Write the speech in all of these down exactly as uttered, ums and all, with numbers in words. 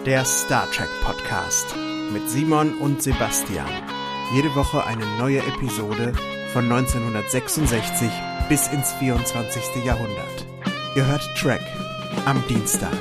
der Star Trek Podcast mit Simon und Sebastian. Jede Woche eine neue Episode von neunzehnhundertsechsundsechzig bis ins vierundzwanzigste. Jahrhundert. Ihr hört Trek am Dienstag.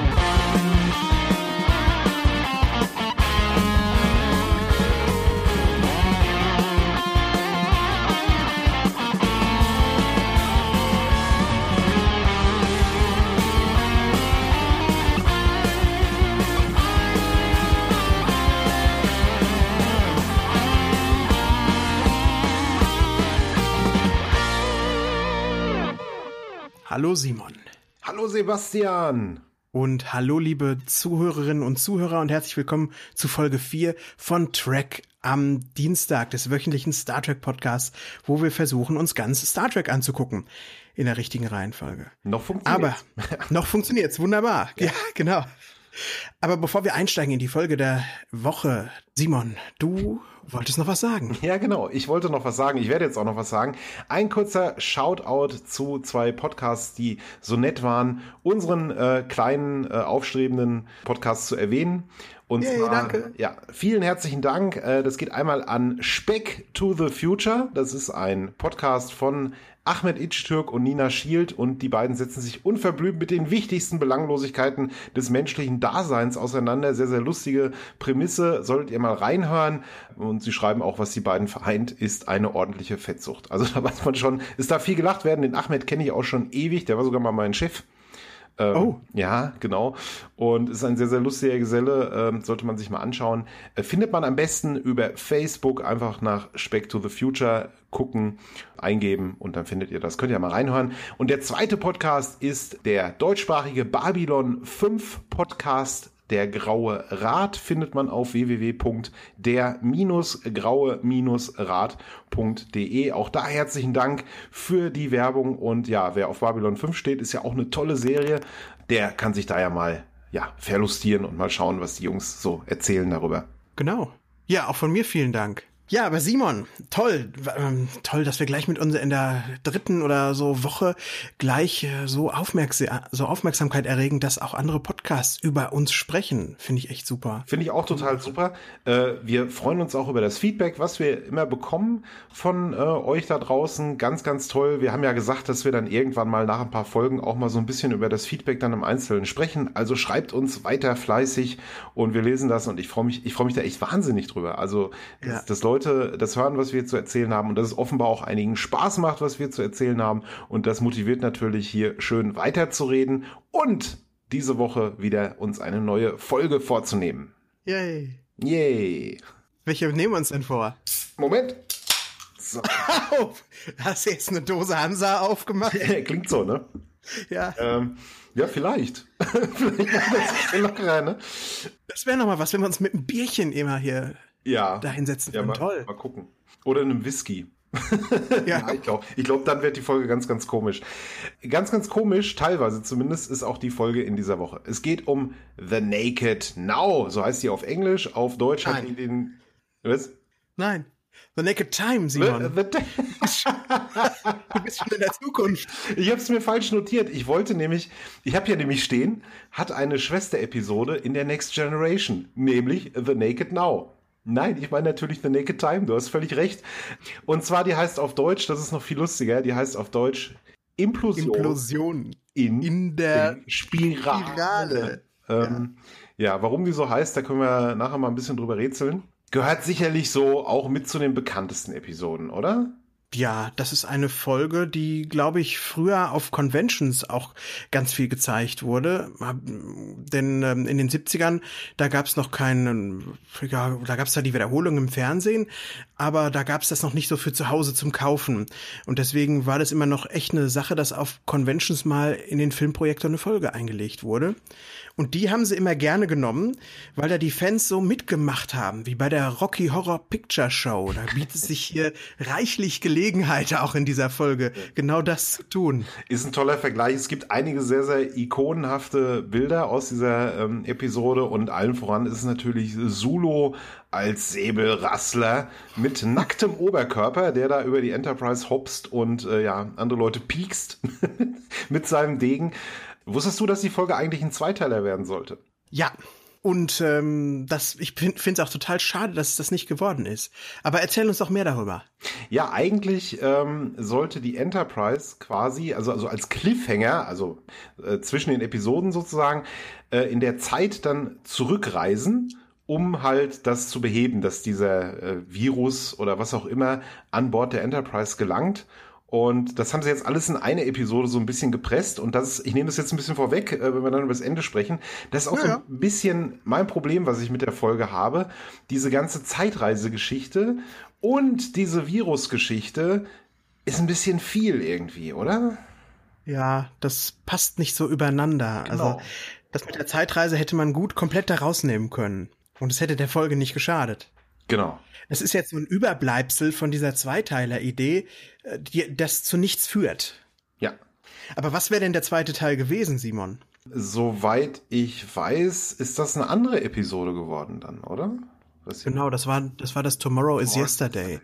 Hallo Simon. Hallo Sebastian. Und hallo liebe Zuhörerinnen und Zuhörer und herzlich willkommen zu Folge vier von Trek am Dienstag, des wöchentlichen Star Trek Podcasts, wo wir versuchen, uns ganz Star Trek anzugucken. In der richtigen Reihenfolge. Noch funktioniert's. Aber noch funktioniert's, wunderbar. Ja. ja, genau. Aber bevor wir einsteigen in die Folge der Woche, Simon, du wolltest noch was sagen. Ja, genau. Ich wollte noch was sagen. Ich werde jetzt auch noch was sagen. Ein kurzer Shoutout zu zwei Podcasts, die so nett waren, unseren äh, kleinen, äh, aufstrebenden Podcast zu erwähnen. Und Yay, zwar, danke. Ja, vielen herzlichen Dank. Äh, das geht einmal an Speck to the Future. Das ist ein Podcast von Ahmet İçtürk und Nina Schild, und die beiden setzen sich unverblümt mit den wichtigsten Belanglosigkeiten des menschlichen Daseins auseinander. Sehr, sehr lustige Prämisse, solltet ihr mal reinhören. Und sie schreiben auch, was die beiden vereint, ist eine ordentliche Fettsucht. Also da weiß man schon, es darf viel gelacht werden. Den Ahmet kenne ich auch schon ewig, der war sogar mal mein Chef. Ähm, oh. Ja, genau. Und ist ein sehr, sehr lustiger Geselle, ähm, sollte man sich mal anschauen. Äh, findet man am besten über Facebook, einfach nach Speck to the Future gucken, eingeben und dann findet ihr das. Könnt ihr mal reinhören. Und der zweite Podcast ist der deutschsprachige Babylon fünf Podcast. Der Graue Rat findet man auf w w w punkt der graue rat punkt d e. Auch da herzlichen Dank für die Werbung. Und ja, wer auf Babylon fünf steht, ist ja auch eine tolle Serie. Der kann sich da ja mal ja, verlustieren und mal schauen, was die Jungs so erzählen darüber. Genau. Ja, auch von mir vielen Dank. Ja, aber Simon, toll, ähm, toll, dass wir gleich mit uns in der dritten oder so Woche gleich äh, so, Aufmerksam- so Aufmerksamkeit erregen, dass auch andere Podcasts über uns sprechen. Finde ich echt super. Finde ich auch total super. Äh, wir freuen uns auch über das Feedback, was wir immer bekommen von äh, euch da draußen. Ganz, ganz toll. Wir haben ja gesagt, dass wir dann irgendwann mal nach ein paar Folgen auch mal so ein bisschen über das Feedback dann im Einzelnen sprechen. Also schreibt uns weiter fleißig und wir lesen das, und ich freue mich, ich freue mich da echt wahnsinnig drüber. Also, dass, ja. dass Leute das hören, was wir zu erzählen haben, und dass es offenbar auch einigen Spaß macht, was wir zu erzählen haben, und das motiviert natürlich, hier schön weiterzureden und diese Woche wieder uns eine neue Folge vorzunehmen. Yay. Yay. Welche nehmen wir uns denn vor? Moment. So. Hast du jetzt eine Dose Hansa aufgemacht? Klingt so, ne? Ja. Ähm, ja, vielleicht. vielleicht macht das viel lockerer, ne? Das wäre noch mal was, wenn wir uns mit einem Bierchen immer hier ja. da hinsetzen. Ja, mal, toll. Mal gucken. Oder einem Whisky. Ja. ja, ich glaube, ich glaub, dann wird die Folge ganz, ganz komisch. Ganz, ganz komisch, teilweise zumindest, ist auch die Folge in dieser Woche. Es geht um The Naked Now, so heißt die auf Englisch. Auf Deutsch Nein. hat die den... Was? Nein. The Naked Time, Simon. The, the du bist schon in der Zukunft. Ich habe es mir falsch notiert. Ich wollte nämlich, ich habe hier nämlich stehen, hat eine Schwesterepisode in der Next Generation, nämlich The Naked Now. Nein, ich meine natürlich The Naked Time, du hast völlig recht. Und zwar, die heißt auf Deutsch, das ist noch viel lustiger, die heißt auf Deutsch Implosion, Implosion in, in der Spirale. Spirale. Ähm, ja. ja, warum die so heißt, da können wir nachher mal ein bisschen drüber rätseln. Gehört sicherlich so auch mit zu den bekanntesten Episoden, oder? Ja, das ist eine Folge, die, glaube ich, früher auf Conventions auch ganz viel gezeigt wurde. Denn ähm, in den siebzigern, da gab es noch keinen, ja, da gab es da die Wiederholung im Fernsehen, aber da gab es das noch nicht so für zu Hause zum Kaufen. Und deswegen war das immer noch echt eine Sache, dass auf Conventions mal in den Filmprojektor eine Folge eingelegt wurde. Und die haben sie immer gerne genommen, weil da die Fans so mitgemacht haben, wie bei der Rocky Horror Picture Show. Da bietet sich hier reichlich Gelegenheit, auch in dieser Folge genau das zu tun. Ist ein toller Vergleich. Es gibt einige sehr, sehr ikonenhafte Bilder aus dieser ähm, Episode, und allen voran ist es natürlich Sulu als Säbelrassler mit nacktem Oberkörper, der da über die Enterprise hopst und äh, ja andere Leute piekst mit seinem Degen. Wusstest du, dass die Folge eigentlich ein Zweiteiler werden sollte? Ja. Und ähm, das, ich finde es auch total schade, dass es das nicht geworden ist. Aber erzähl uns doch mehr darüber. Ja, eigentlich ähm, sollte die Enterprise quasi, also, also als Cliffhanger, also äh, zwischen den Episoden sozusagen, äh, in der Zeit dann zurückreisen, um halt das zu beheben, dass dieser äh, Virus oder was auch immer an Bord der Enterprise gelangt. Und das haben sie jetzt alles in eine Episode so ein bisschen gepresst. Und das ist, ich nehme das jetzt ein bisschen vorweg, äh, wenn wir dann über das Ende sprechen. Das ist auch ja, so ein bisschen mein Problem, was ich mit der Folge habe. Diese ganze Zeitreisegeschichte und diese Virusgeschichte ist ein bisschen viel irgendwie, oder? Ja, das passt nicht so übereinander. Genau. Also das mit der Zeitreise hätte man gut komplett da rausnehmen können. Und es hätte der Folge nicht geschadet. Genau. Es ist jetzt so ein Überbleibsel von dieser Zweiteiler-Idee, die das zu nichts führt. Ja. Aber was wäre denn der zweite Teil gewesen, Simon? Soweit ich weiß, ist das eine andere Episode geworden dann, oder? Was genau, das war, das war das Tomorrow is Yesterday.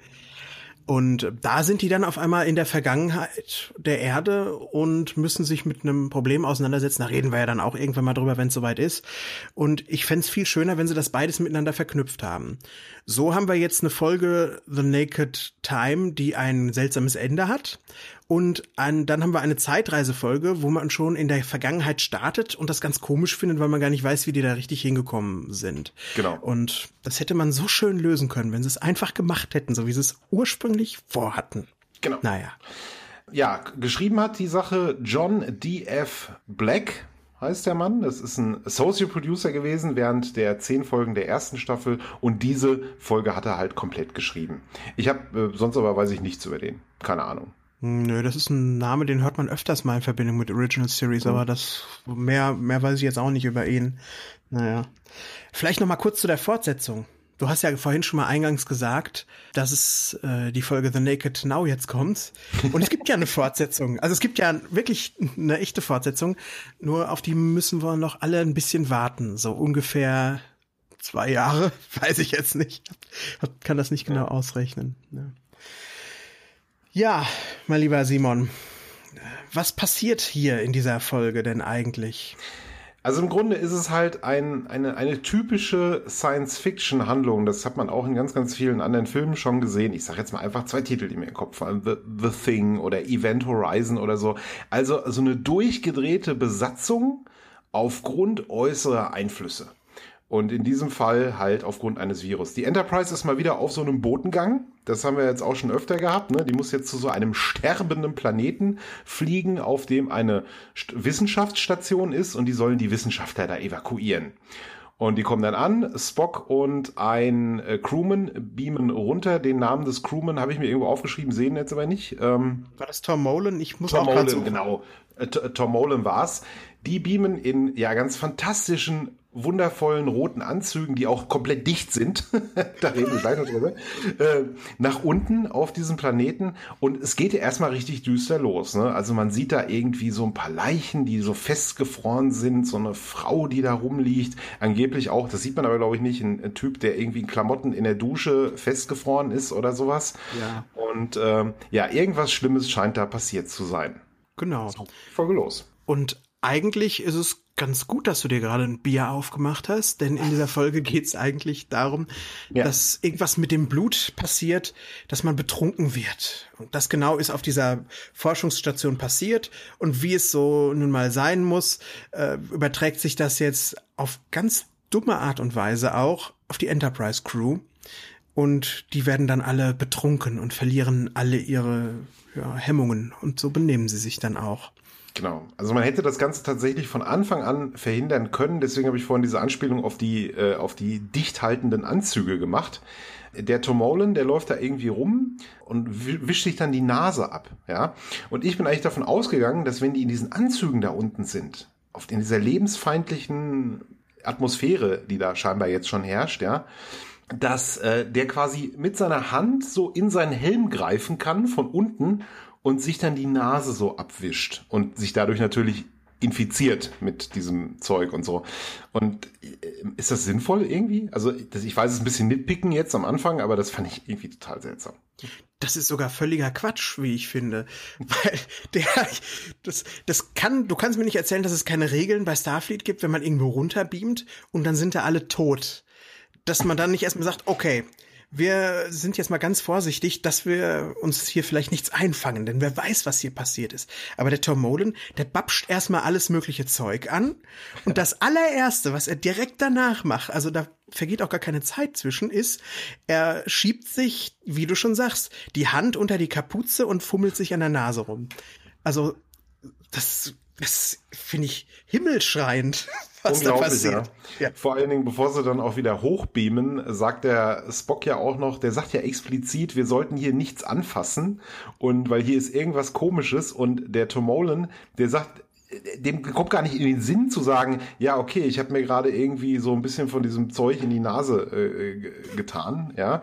Und da sind die dann auf einmal in der Vergangenheit der Erde und müssen sich mit einem Problem auseinandersetzen. Da reden wir ja dann auch irgendwann mal drüber, wenn es soweit ist. Und ich fände es viel schöner, wenn sie das beides miteinander verknüpft haben. So haben wir jetzt eine Folge The Naked Time, die ein seltsames Ende hat. Und ein, dann haben wir eine Zeitreisefolge, wo man schon in der Vergangenheit startet und das ganz komisch findet, weil man gar nicht weiß, wie die da richtig hingekommen sind. Genau. Und das hätte man so schön lösen können, wenn sie es einfach gemacht hätten, so wie sie es ursprünglich vorhatten. Genau. Naja. Ja, geschrieben hat die Sache John D F Black, heißt der Mann. Das ist ein Associate Producer gewesen während der zehn Folgen der ersten Staffel. Und diese Folge hat er halt komplett geschrieben. Ich habe, äh, sonst aber weiß ich nichts über den. Keine Ahnung. Nö, das ist ein Name, den hört man öfters mal in Verbindung mit Original Series, mhm. aber das mehr mehr weiß ich jetzt auch nicht über ihn. Naja. Vielleicht noch mal kurz zu der Fortsetzung. Du hast ja vorhin schon mal eingangs gesagt, dass es äh, die Folge The Naked Now jetzt kommt. Und es gibt ja eine Fortsetzung. Also es gibt ja wirklich eine echte Fortsetzung. Nur auf die müssen wir noch alle ein bisschen warten. So ungefähr zwei Jahre, weiß ich jetzt nicht. Ich kann das nicht genau ausrechnen. Ja. Ja, mein lieber Simon, was passiert hier in dieser Folge denn eigentlich? Also im Grunde ist es halt ein, eine, eine typische Science-Fiction-Handlung. Das hat man auch in ganz, ganz vielen anderen Filmen schon gesehen. Ich sage jetzt mal einfach zwei Titel, die mir im Kopf fallen. The, The Thing oder Event Horizon oder so. Also so eine durchgedrehte Besatzung aufgrund äußerer Einflüsse. Und in diesem Fall halt aufgrund eines Virus. Die Enterprise ist mal wieder auf so einem Botengang. Das haben wir jetzt auch schon öfter gehabt. Ne? Die muss jetzt zu so einem sterbenden Planeten fliegen, auf dem eine Wissenschaftsstation ist. Und die sollen die Wissenschaftler da evakuieren. Und die kommen dann an. Spock und ein äh, Crewman beamen runter. Den Namen des Crewman habe ich mir irgendwo aufgeschrieben, sehen jetzt aber nicht. Ähm, War das Tom Molan? Ich muss Tom auch Molan, genau. Äh, Tom Molan war's. Die beamen in ja ganz fantastischen, wundervollen roten Anzügen, die auch komplett dicht sind, da reden wir gleich noch drüber, äh, nach unten auf diesem Planeten. Und es geht ja erstmal richtig düster los. Ne? Also man sieht da irgendwie so ein paar Leichen, die so festgefroren sind, so eine Frau, die da rumliegt. Angeblich auch, das sieht man aber glaube ich nicht, ein, ein Typ, der irgendwie in Klamotten in der Dusche festgefroren ist oder sowas. Ja. Und ähm, ja, irgendwas Schlimmes scheint da passiert zu sein. Genau. So, Folge los. Und eigentlich ist es ganz gut, dass du dir gerade ein Bier aufgemacht hast, denn in dieser Folge geht es eigentlich darum, ja. dass irgendwas mit dem Blut passiert, dass man betrunken wird. Und das genau ist auf dieser Forschungsstation passiert. Und wie es so nun mal sein muss, äh, überträgt sich das jetzt auf ganz dumme Art und Weise auch auf die Enterprise-Crew. Und die werden dann alle betrunken und verlieren alle ihre ja, Hemmungen. Und so benehmen sie sich dann auch. Genau. Also man hätte das Ganze tatsächlich von Anfang an verhindern können. Deswegen habe ich vorhin diese Anspielung auf die äh, auf die dicht haltenden Anzüge gemacht. Der Tom Molan, der läuft da irgendwie rum und wischt sich dann die Nase ab. Ja. Und ich bin eigentlich davon ausgegangen, dass wenn die in diesen Anzügen da unten sind, auf in dieser lebensfeindlichen Atmosphäre, die da scheinbar jetzt schon herrscht, ja, dass äh, der quasi mit seiner Hand so in seinen Helm greifen kann von unten und sich dann die Nase so abwischt und sich dadurch natürlich infiziert mit diesem Zeug und so. Und ist das sinnvoll irgendwie? Also das, ich weiß, es ist ein bisschen nitpicken jetzt am Anfang, aber das fand ich irgendwie total seltsam. Das ist sogar völliger Quatsch, wie ich finde. Weil der, das, das kann, du kannst mir nicht erzählen, dass es keine Regeln bei Starfleet gibt, wenn man irgendwo runterbeamt und dann sind da alle tot. Dass man dann nicht erstmal sagt, okay, wir sind jetzt mal ganz vorsichtig, dass wir uns hier vielleicht nichts einfangen, denn wer weiß, was hier passiert ist. Aber der Tomolen, der babscht erstmal alles mögliche Zeug an und das allererste, was er direkt danach macht, also da vergeht auch gar keine Zeit zwischen, ist, er schiebt sich, wie du schon sagst, die Hand unter die Kapuze und fummelt sich an der Nase rum. Also das, das finde ich himmelschreiend. Was da passiert. Ja. Ja. Vor allen Dingen, bevor sie dann auch wieder hochbeamen, sagt der Spock ja auch noch, der sagt ja explizit, wir sollten hier nichts anfassen und weil hier ist irgendwas Komisches und der Tomolen, der sagt, dem kommt gar nicht in den Sinn zu sagen, ja okay, ich habe mir gerade irgendwie so ein bisschen von diesem Zeug in die Nase äh, getan, ja.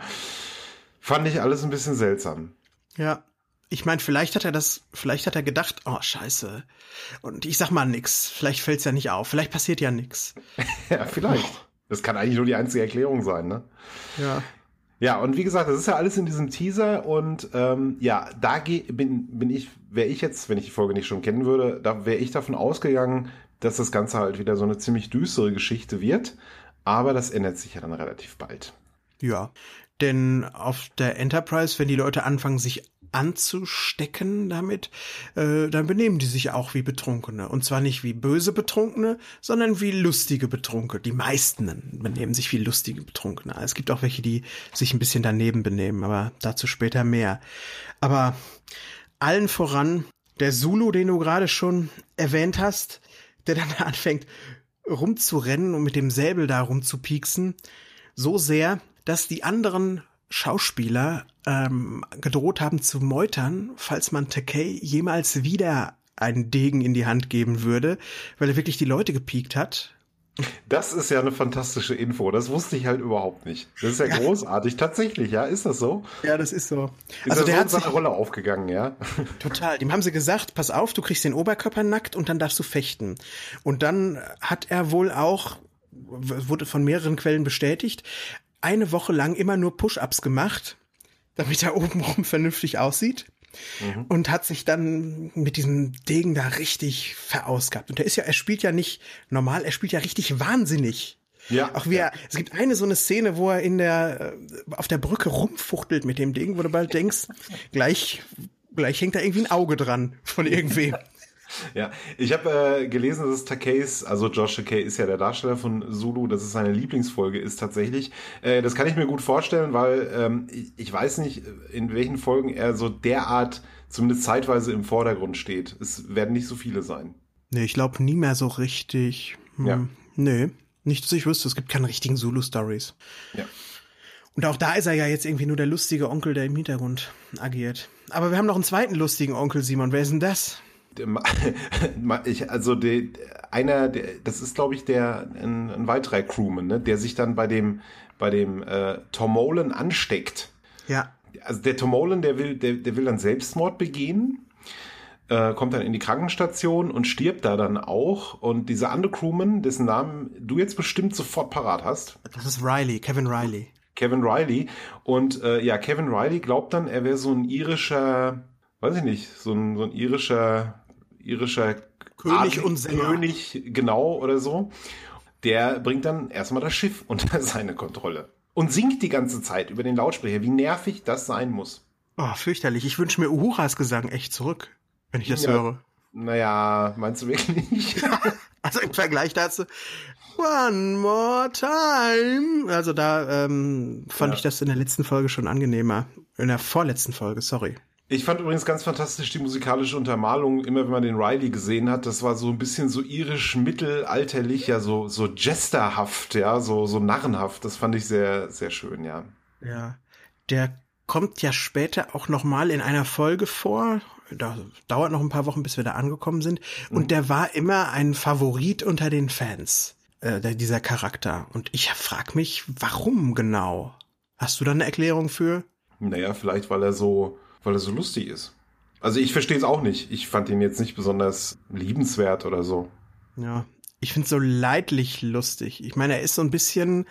Fand ich alles ein bisschen seltsam. Ja. Ich meine, vielleicht hat er das, vielleicht hat er gedacht, oh, scheiße. Und ich sag mal nix. Vielleicht fällt's ja nicht auf. Vielleicht passiert ja nix. Ja, vielleicht. Das kann eigentlich nur die einzige Erklärung sein, ne? Ja. Ja, und wie gesagt, das ist ja alles in diesem Teaser und ähm, ja, da geh, bin, bin ich, wäre ich jetzt, wenn ich die Folge nicht schon kennen würde, da wäre ich davon ausgegangen, dass das Ganze halt wieder so eine ziemlich düstere Geschichte wird. Aber das ändert sich ja dann relativ bald. Ja, denn auf der Enterprise, wenn die Leute anfangen, sich anzustecken damit, äh, dann benehmen die sich auch wie Betrunkene. Und zwar nicht wie böse Betrunkene, sondern wie lustige Betrunkene. Die meisten benehmen sich wie lustige Betrunkene. Es gibt auch welche, die sich ein bisschen daneben benehmen, aber dazu später mehr. Aber allen voran der Sulu, den du gerade schon erwähnt hast, der dann anfängt rumzurennen und mit dem Säbel da rumzupieksen, so sehr, dass die anderen Schauspieler ähm, gedroht haben zu meutern, falls man Takei jemals wieder einen Degen in die Hand geben würde, weil er wirklich die Leute gepiekt hat. Das ist ja eine fantastische Info. Das wusste ich halt überhaupt nicht. Das ist ja, ja. großartig. Tatsächlich, ja, ist das so? Ja, das ist so. Ist also der so hat seine Rolle aufgegangen, ja? Total. Dem haben sie gesagt, pass auf, du kriegst den Oberkörper nackt und dann darfst du fechten. Und dann hat er wohl auch, wurde von mehreren Quellen bestätigt, eine Woche lang immer nur Push-Ups gemacht, damit er obenrum vernünftig aussieht. Mhm. Und hat sich dann mit diesem Degen da richtig verausgabt. Und er ist ja, er spielt ja nicht normal, er spielt ja richtig wahnsinnig. Ja. Auch wie er, es gibt eine so eine Szene, wo er in der, auf der Brücke rumfuchtelt mit dem Ding, wo du bald denkst, gleich, gleich hängt da irgendwie ein Auge dran von irgendwem. Ja, ich habe äh, gelesen, dass Takeis, also Josh Takei ist ja der Darsteller von Sulu, dass es seine Lieblingsfolge ist tatsächlich. Äh, das kann ich mir gut vorstellen, weil ähm, ich, ich weiß nicht, in welchen Folgen er so derart zumindest zeitweise im Vordergrund steht. Es werden nicht so viele sein. Nee, ich glaube nie mehr so richtig. Hm, ja. Nee, nicht, dass ich wüsste, es gibt keine richtigen Sulu-Stories. Ja. Und auch da ist er ja jetzt irgendwie nur der lustige Onkel, der im Hintergrund agiert. Aber wir haben noch einen zweiten lustigen Onkel, Simon. Wer ist denn das? Ich, also der, einer, der, das ist glaube ich der ein, ein weiterer Crewman, ne, der sich dann bei dem bei dem äh, Tomolen ansteckt. Ja. Also der Tomolen, der will, der, der will dann Selbstmord begehen, äh, kommt dann in die Krankenstation und stirbt da dann auch. Und dieser andere Crewman, dessen Namen du jetzt bestimmt sofort parat hast. Das ist Riley, Kevin Riley. Kevin Riley. Und äh, ja, Kevin Riley glaubt dann, er wäre so ein irischer, weiß ich nicht, so ein, so ein irischer irischer König Adel, und Sänger. König, genau, oder so. Der bringt dann erstmal das Schiff unter seine Kontrolle. Und singt die ganze Zeit über den Lautsprecher, wie nervig das sein muss. Oh, fürchterlich. Ich wünsche mir Uhuras Gesang echt zurück, wenn ich das ja, höre. Naja, meinst du wirklich? Also im Vergleich dazu, one more time. Also da ähm, fand ja. ich das in der letzten Folge schon angenehmer. In der vorletzten Folge, sorry. Ich fand übrigens ganz fantastisch die musikalische Untermalung, immer wenn man den Riley gesehen hat, das war so ein bisschen so irisch mittelalterlich, ja, so, so jesterhaft, ja, so, so narrenhaft, das fand ich sehr, sehr schön, ja. Ja, der kommt ja später auch nochmal in einer Folge vor, da dauert noch ein paar Wochen, bis wir da angekommen sind, und mhm. der war immer ein Favorit unter den Fans, äh, dieser Charakter, und ich frag mich, warum genau? Hast du da eine Erklärung für? Naja, vielleicht, weil er so... Weil er so lustig ist. Also ich verstehe es auch nicht. Ich fand ihn jetzt nicht besonders liebenswert oder so. Ja, ich finde es so leidlich lustig. Ich meine, er ist so ein bisschen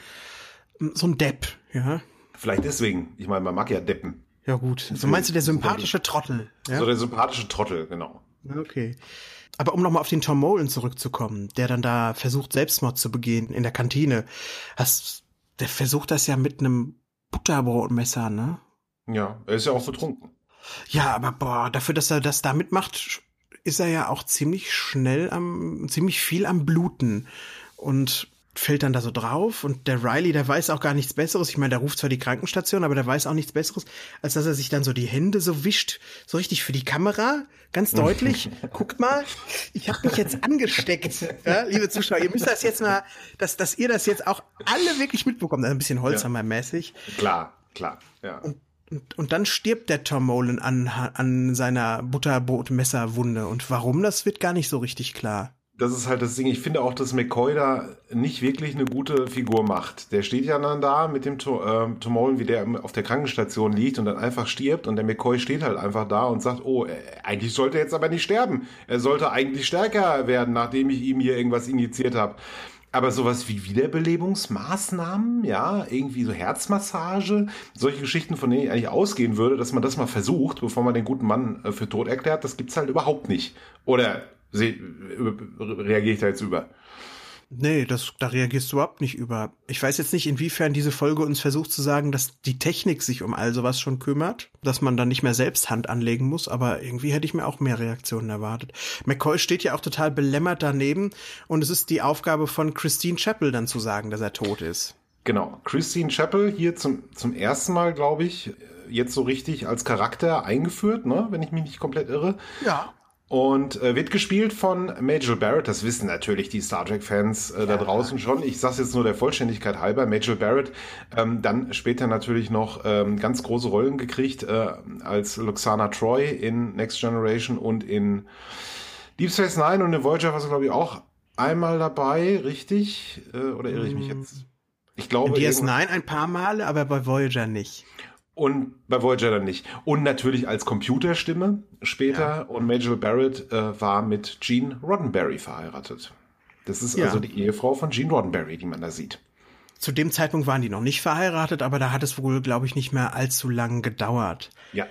so ein Depp, ja. Vielleicht deswegen. Ich meine, man mag ja Deppen. Ja gut. So meinst du der sympathische Trottel? Ja? So der sympathische Trottel, genau. Okay. Aber um nochmal auf den Tom Mullen zurückzukommen, der dann da versucht, Selbstmord zu begehen in der Kantine. Hast, der versucht das ja mit einem Butterbrotmesser, ne? Ja, er ist ja auch betrunken. Ja, aber boah, dafür, dass er das da mitmacht, ist er ja auch ziemlich schnell am, ziemlich viel am Bluten und fällt dann da so drauf und der Riley, der weiß auch gar nichts Besseres. Ich meine, der ruft zwar die Krankenstation, aber der weiß auch nichts Besseres, als dass er sich dann so die Hände so wischt, so richtig für die Kamera, ganz deutlich. Guckt mal, ich habe mich jetzt angesteckt, ja, liebe Zuschauer. Ihr müsst das jetzt mal, dass, dass ihr das jetzt auch alle wirklich mitbekommt. Also ein bisschen Holzhammer-mäßig. Klar, klar, ja. Und, und, und dann stirbt der Tom Mullen an, an seiner Butterbrotmesserwunde. Und warum, das wird gar nicht so richtig klar. Das ist halt das Ding. Ich finde auch, dass McCoy da nicht wirklich eine gute Figur macht. Der steht ja dann da mit dem äh, Tom Mullen, wie der auf der Krankenstation liegt und dann einfach stirbt. Und der McCoy steht halt einfach da und sagt, oh, äh, eigentlich sollte er jetzt aber nicht sterben. Er sollte eigentlich stärker werden, nachdem ich ihm hier irgendwas injiziert habe. Aber sowas wie Wiederbelebungsmaßnahmen, ja, irgendwie so Herzmassage, solche Geschichten, von denen ich eigentlich ausgehen würde, dass man das mal versucht, bevor man den guten Mann äh, für tot erklärt, das gibt's halt überhaupt nicht. Oder Se- reagiere ich da jetzt über? Nee, das, da reagierst du überhaupt nicht über. Ich weiß jetzt nicht, inwiefern diese Folge uns versucht zu sagen, dass die Technik sich um all sowas schon kümmert, dass man dann nicht mehr selbst Hand anlegen muss, aber irgendwie hätte ich mir auch mehr Reaktionen erwartet. McCoy steht ja auch total belämmert daneben und es ist die Aufgabe von Christine Chappell dann zu sagen, dass er tot ist. Genau, Christine Chappell hier zum, zum ersten Mal, glaube ich, jetzt so richtig als Charakter eingeführt, ne, wenn ich mich nicht komplett irre. Ja. Und äh, wird gespielt von Majel Barrett. Das wissen natürlich die Star Trek-Fans äh, da draußen schon. Ich sag's jetzt nur der Vollständigkeit halber. Majel Barrett, ähm, dann später natürlich noch ähm, ganz große Rollen gekriegt äh, als Lwaxana Troi in Next Generation und in Deep Space Nine und in Voyager war sie, glaube ich, auch einmal dabei, richtig? Äh, oder irre ich mich jetzt? Ich glaube, in D S neun ein paar Male, aber bei Voyager nicht. Und bei Voyager dann nicht. Und natürlich als Computerstimme später. Ja. Und Majel Barrett äh, war mit Gene Roddenberry verheiratet. Das ist ja. also die Ehefrau von Gene Roddenberry, die man da sieht. Zu dem Zeitpunkt waren die noch nicht verheiratet, aber da hat es wohl, glaube ich, nicht mehr allzu lang gedauert. Ja.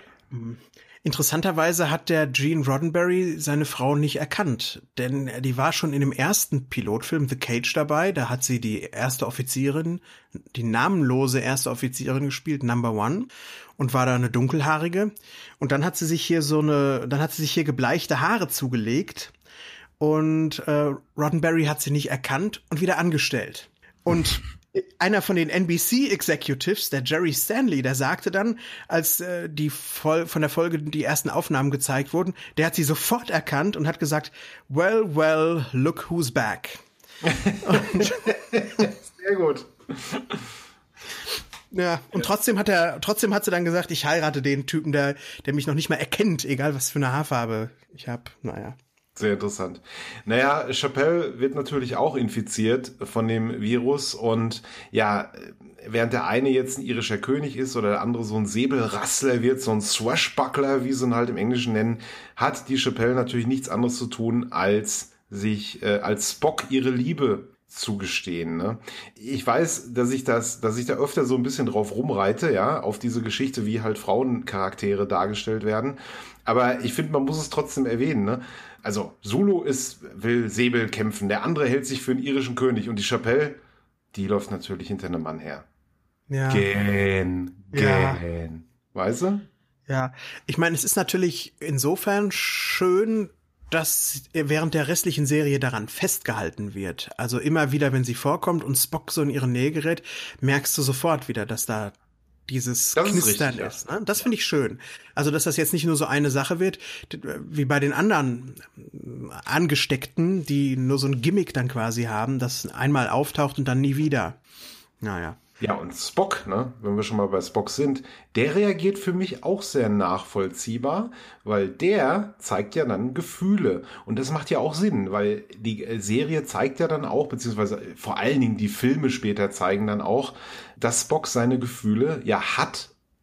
Interessanterweise hat der Gene Roddenberry seine Frau nicht erkannt, denn die war schon in dem ersten Pilotfilm The Cage dabei, da hat sie die erste Offizierin, die namenlose erste Offizierin gespielt, Number One, und war da eine dunkelhaarige. Und dann hat sie sich hier so eine, dann hat sie sich hier gebleichte Haare zugelegt und äh, Roddenberry hat sie nicht erkannt und wieder angestellt. Und einer von den N B C-Executives, der Jerry Stanley, der sagte dann, als äh, die Vol- von der Folge die ersten Aufnahmen gezeigt wurden, der hat sie sofort erkannt und hat gesagt, well, well, look who's back. Sehr gut. Ja, und trotzdem hat er, trotzdem hat sie dann gesagt, ich heirate den Typen, der, der mich noch nicht mal erkennt, egal was für eine Haarfarbe ich hab. Naja. Sehr interessant. Naja, Chappelle wird natürlich auch infiziert von dem Virus und ja, während der eine jetzt ein irischer König ist oder der andere so ein Säbelrassler wird, so ein Swashbuckler, wie sie ihn halt im Englischen nennen, hat die Chappelle natürlich nichts anderes zu tun, als sich äh, als Spock ihre Liebe zugestehen. Ne? Ich weiß, dass ich das, dass ich da öfter so ein bisschen drauf rumreite, ja, auf diese Geschichte, wie halt Frauencharaktere dargestellt werden. Aber ich finde, man muss es trotzdem erwähnen, ne? Also, Sulu ist, will Säbel kämpfen, der andere hält sich für einen irischen König und die Chappelle, die läuft natürlich hinter einem Mann her. Ja. Gähn, gähn. Ja. Weißt du? Ja. Ich meine, es ist natürlich insofern schön, dass während der restlichen Serie daran festgehalten wird. Also immer wieder, wenn sie vorkommt und Spock so in ihre Nähe gerät, merkst du sofort wieder, dass da dieses das Knistern ist. Richtig, ist. Ne? Das finde ich schön. Also, dass das jetzt nicht nur so eine Sache wird, wie bei den anderen Angesteckten, die nur so ein Gimmick dann quasi haben, das einmal auftaucht und dann nie wieder. Naja. Ja, und Spock, ne, wenn wir schon mal bei Spock sind, der reagiert für mich auch sehr nachvollziehbar, weil der zeigt ja dann Gefühle. Und das macht ja auch Sinn, weil die Serie zeigt ja dann auch, beziehungsweise vor allen Dingen die Filme später zeigen dann auch, dass Spock seine Gefühle ja hat,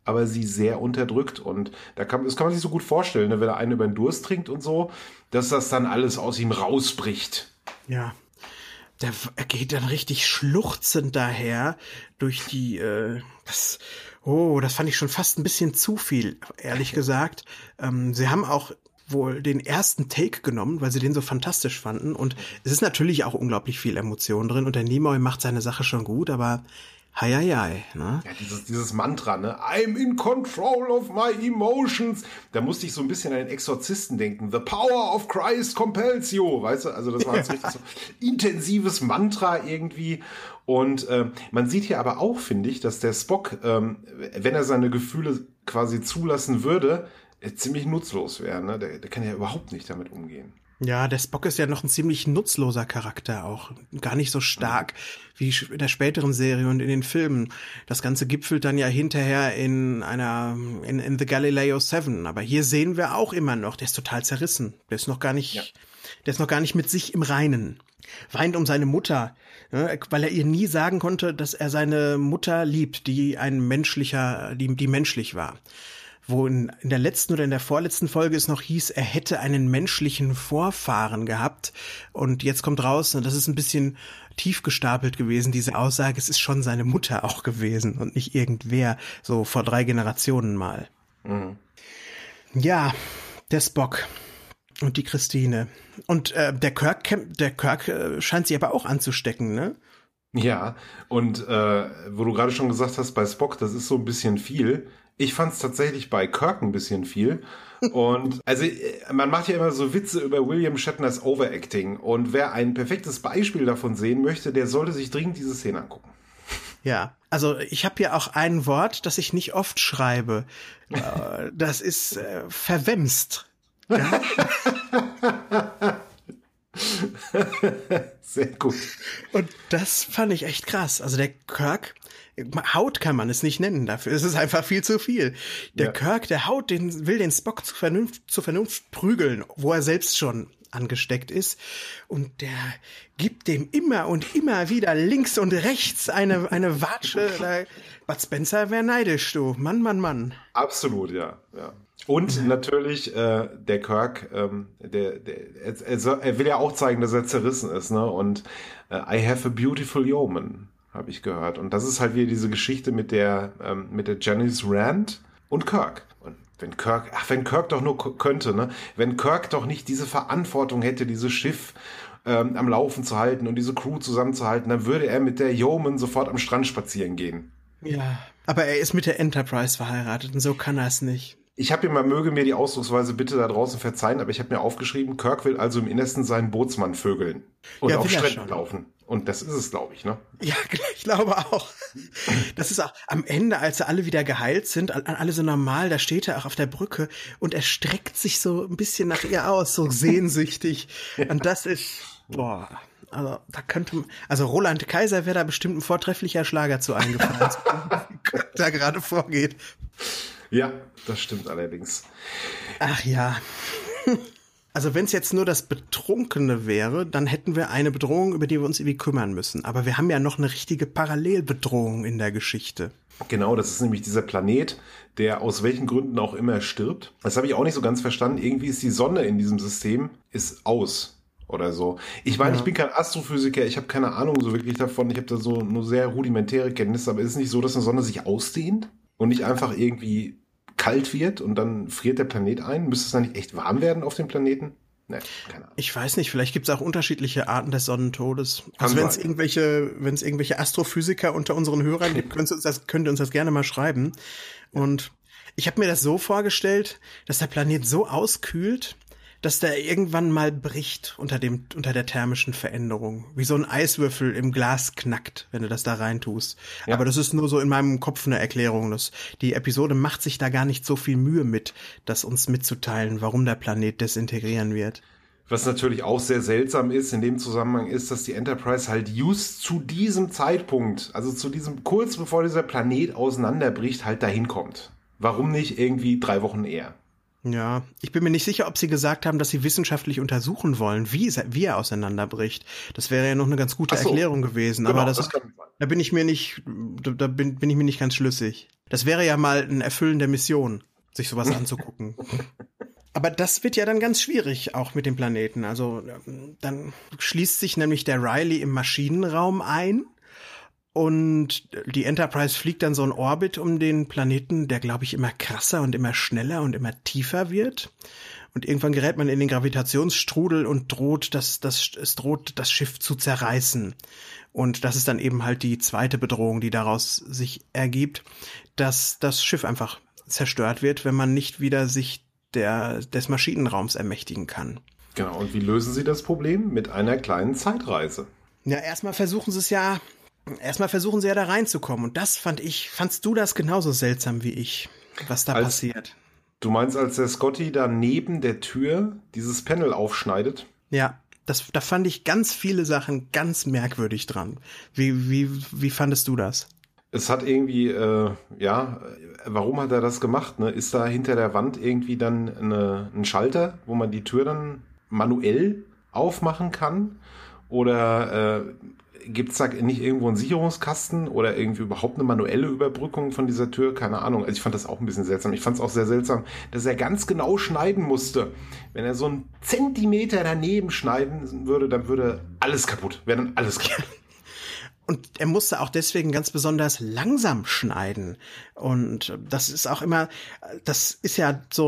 aber sie sehr unterdrückt. Und da kann, das kann man sich so gut vorstellen, ne, wenn er einen über den Durst trinkt und so, dass das dann alles aus ihm rausbricht. Ja. Der, er geht dann richtig schluchzend daher durch die, äh, das, oh, das fand ich schon fast ein bisschen zu viel, ehrlich gesagt. Ähm, sie haben auch wohl den ersten Take genommen, weil sie den so fantastisch fanden. Und es ist natürlich auch unglaublich viel Emotion drin. Und der Nimoy macht seine Sache schon gut, aber hei, hei, hei, ne? Ja, dieses, dieses Mantra, ne? I'm in control of my emotions. Da musste ich so ein bisschen an den Exorzisten denken. The power of Christ compels you. Weißt du, also das war jetzt richtig so intensives Mantra irgendwie. Und äh, man sieht hier aber auch, finde ich, dass der Spock, ähm, wenn er seine Gefühle quasi zulassen würde, ziemlich nutzlos wäre, ne? Der, der kann ja überhaupt nicht damit umgehen. Ja, der Spock ist ja noch ein ziemlich nutzloser Charakter auch. Gar nicht so stark wie in der späteren Serie und in den Filmen. Das Ganze gipfelt dann ja hinterher in einer, in, in The Galileo Seven. Aber hier sehen wir auch immer noch, der ist total zerrissen. Der ist noch gar nicht, ja. der ist noch gar nicht mit sich im Reinen. Weint um seine Mutter, ne, weil er ihr nie sagen konnte, dass er seine Mutter liebt, die ein menschlicher, die, die menschlich war. Wo in, in der letzten oder in der vorletzten Folge es noch hieß, er hätte einen menschlichen Vorfahren gehabt. Und jetzt kommt raus, das ist ein bisschen tief gestapelt gewesen, diese Aussage, es ist schon seine Mutter auch gewesen und nicht irgendwer, so vor drei Generationen mal. Mhm. Ja, der Spock und die Christine. Und äh, der Kirk, der Kirk äh, scheint sie aber auch anzustecken, ne? Ja, und äh, wo du gerade schon gesagt hast, bei Spock, das ist so ein bisschen viel. Ich fand es tatsächlich bei Kirk ein bisschen viel. Und also man macht ja immer so Witze über William Shatners Overacting. Und wer ein perfektes Beispiel davon sehen möchte, der sollte sich dringend diese Szene angucken. Ja, also ich habe hier auch ein Wort, das ich nicht oft schreibe. Das ist äh, verwemst. Ja? Sehr gut. Und das fand ich echt krass. Also der Kirk, Haut kann man es nicht nennen, dafür ist es einfach viel zu viel. Der ja. Kirk, der haut, den, will den Spock zur Vernunft, zur Vernunft prügeln, wo er selbst schon angesteckt ist. Und der gibt dem immer und immer wieder links und rechts eine, eine Watsche. Da, Bud Spencer wäre neidisch, du. Mann, Mann, Mann. Absolut, ja, ja. Und ja. natürlich äh, der Kirk, ähm, der, der er, er, er will ja auch zeigen, dass er zerrissen ist, ne? Und äh, I have a beautiful yeoman, habe ich gehört. Und das ist halt wieder diese Geschichte mit der ähm, mit der Janice Rand und Kirk. Und wenn Kirk, ach, wenn Kirk doch nur könnte, ne? Wenn Kirk doch nicht diese Verantwortung hätte, dieses Schiff ähm, am Laufen zu halten und diese Crew zusammenzuhalten, dann würde er mit der Yeoman sofort am Strand spazieren gehen. Ja, aber er ist mit der Enterprise verheiratet und so kann er es nicht. Ich habe hier mal, möge mir die Ausdrucksweise bitte da draußen verzeihen, aber ich habe mir aufgeschrieben, Kirk will also im Innersten seinen Bootsmann vögeln und ja, auf Stränden laufen. Und das ist es, glaube ich, ne? Ja, ich glaube auch. Das ist auch am Ende, als sie alle wieder geheilt sind, alle so normal, da steht er auch auf der Brücke und er streckt sich so ein bisschen nach ihr aus, so sehnsüchtig. Ja. Und das ist, boah, also da könnte man, also Roland Kaiser wäre da bestimmt ein vortrefflicher Schlager zu eingefallen, wie da gerade vorgeht. Ja, das stimmt allerdings. Ach ja. Also wenn es jetzt nur das Betrunkene wäre, dann hätten wir eine Bedrohung, über die wir uns irgendwie kümmern müssen. Aber wir haben ja noch eine richtige Parallelbedrohung in der Geschichte. Genau, das ist nämlich dieser Planet, der aus welchen Gründen auch immer stirbt. Das habe ich auch nicht so ganz verstanden. Irgendwie ist die Sonne in diesem System ist aus oder so. Ich meine, ja. ich bin kein Astrophysiker, ich habe keine Ahnung so wirklich davon. Ich habe da so nur sehr rudimentäre Kenntnisse, aber ist es nicht so, dass eine Sonne sich ausdehnt und nicht einfach irgendwie kalt wird und dann friert der Planet ein? Müsste es dann nicht echt warm werden auf dem Planeten? Nee, keine Ahnung. Ich weiß nicht, vielleicht gibt es auch unterschiedliche Arten des Sonnentodes. Also wenn es irgendwelche, wenn es irgendwelche Astrophysiker unter unseren Hörern gibt, könnt ihr uns das, könnt ihr uns das gerne mal schreiben. Und ich habe mir das so vorgestellt, dass der Planet so auskühlt, dass der irgendwann mal bricht unter dem, unter der thermischen Veränderung. Wie so ein Eiswürfel im Glas knackt, wenn du das da reintust. Ja. Aber das ist nur so in meinem Kopf eine Erklärung. Das, die Episode macht sich da gar nicht so viel Mühe mit, das uns mitzuteilen, warum der Planet desintegrieren wird. Was natürlich auch sehr seltsam ist in dem Zusammenhang ist, dass die Enterprise halt just zu diesem Zeitpunkt, also zu diesem, kurz bevor dieser Planet auseinanderbricht, halt dahin kommt. Warum nicht irgendwie drei Wochen eher? Ja, ich bin mir nicht sicher, ob sie gesagt haben, dass sie wissenschaftlich untersuchen wollen, wie, wie er auseinanderbricht. Das wäre ja noch eine ganz gute Ach so. Erklärung gewesen. Genau, aber das, das kann sein. da bin ich mir nicht, da, da bin, bin ich mir nicht ganz schlüssig. Das wäre ja mal ein Erfüllen der Mission, sich sowas anzugucken. Aber das wird ja dann ganz schwierig, auch mit dem Planeten. Also dann schließt sich nämlich der Riley im Maschinenraum ein. Und die Enterprise fliegt dann so einen Orbit um den Planeten, der, glaube ich, immer krasser und immer schneller und immer tiefer wird. Und irgendwann gerät man in den Gravitationsstrudel und droht, das, das, es droht, das Schiff zu zerreißen. Und das ist dann eben halt die zweite Bedrohung, die daraus sich ergibt, dass das Schiff einfach zerstört wird, wenn man nicht wieder sich der, des Maschinenraums ermächtigen kann. Genau, und wie lösen Sie das Problem? Mit einer kleinen Zeitreise. Ja, erstmal versuchen sie es ja... Erstmal versuchen sie ja da reinzukommen. Und das fand ich, fandst du das genauso seltsam wie ich, was da als, passiert? Du meinst, als der Scotty da neben der Tür dieses Panel aufschneidet? Ja, das, da fand ich ganz viele Sachen ganz merkwürdig dran. Wie, wie, wie fandest du das? Es hat irgendwie, äh, ja, warum hat er das gemacht? Ne? Ist da hinter der Wand irgendwie dann eine, ein Schalter, wo man die Tür dann manuell aufmachen kann? Oder äh, gibt es da nicht irgendwo einen Sicherungskasten oder irgendwie überhaupt eine manuelle Überbrückung von dieser Tür? Keine Ahnung. Also ich fand das auch ein bisschen seltsam. Ich fand es auch sehr seltsam, dass er ganz genau schneiden musste. Wenn er so einen Zentimeter daneben schneiden würde, dann würde alles kaputt. Wäre dann alles kaputt. Und er musste auch deswegen ganz besonders langsam schneiden. Und das ist auch immer, das ist ja so,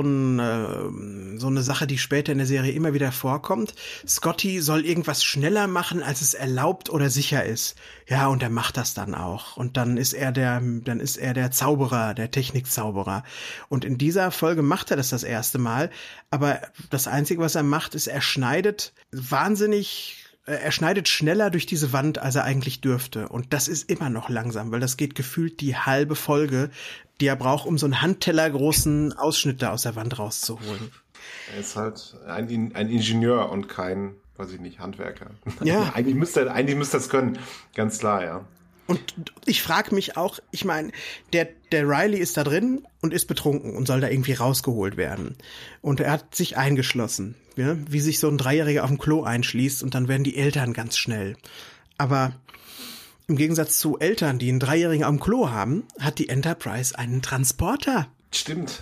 ein, so eine Sache, die später in der Serie immer wieder vorkommt. Scotty soll irgendwas schneller machen, als es erlaubt oder sicher ist. Ja, und er macht das dann auch. Und dann ist er der, dann ist er der Zauberer, der Technikzauberer. Und in dieser Folge macht er das das erste Mal. Aber das Einzige, was er macht, ist, er schneidet wahnsinnig... Er schneidet schneller durch diese Wand, als er eigentlich dürfte. Und das ist immer noch langsam, weil das geht gefühlt die halbe Folge, die er braucht, um so einen handtellergroßen Ausschnitt da aus der Wand rauszuholen. Er ist halt ein, ein Ingenieur und kein, weiß ich nicht, Handwerker. Ja. eigentlich müsste er, eigentlich müsste er es können. Ganz klar, ja. Und ich frage mich auch, ich meine, der, der Riley ist da drin und ist betrunken und soll da irgendwie rausgeholt werden. Und er hat sich eingeschlossen, ja? Wie sich so ein Dreijähriger auf dem Klo einschließt und dann werden die Eltern ganz schnell. Aber im Gegensatz zu Eltern, die einen Dreijährigen auf dem Klo haben, hat die Enterprise einen Transporter. Stimmt.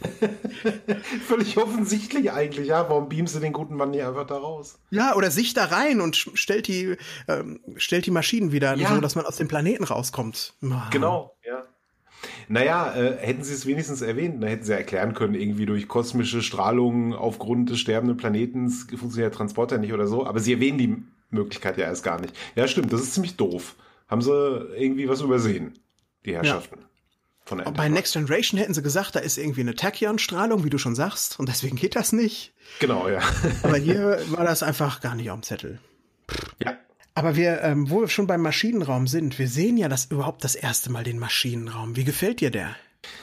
Völlig offensichtlich eigentlich, ja. Warum beamst du den guten Mann nicht einfach da raus? Ja, oder sich da rein und stellt die, ähm, stellt die Maschinen wieder ja. so, dass man aus dem Planeten rauskommt. Oh. Genau, ja. Naja, äh, hätten sie es wenigstens erwähnt, dann hätten sie erklären können, irgendwie durch kosmische Strahlung aufgrund des sterbenden Planetens funktioniert der Transporter nicht oder so. Aber sie erwähnen die Möglichkeit ja erst gar nicht. Ja, stimmt, das ist ziemlich doof. Haben sie irgendwie was übersehen, die Herrschaften. Ja. Bei Next Generation hätten sie gesagt, da ist irgendwie eine Tachyon-Strahlung, wie du schon sagst, und deswegen geht das nicht. Genau, ja. Aber hier war das einfach gar nicht auf dem Zettel. Ja. Aber wir, ähm, wo wir schon beim Maschinenraum sind, wir sehen ja das überhaupt das erste Mal den Maschinenraum. Wie gefällt dir der?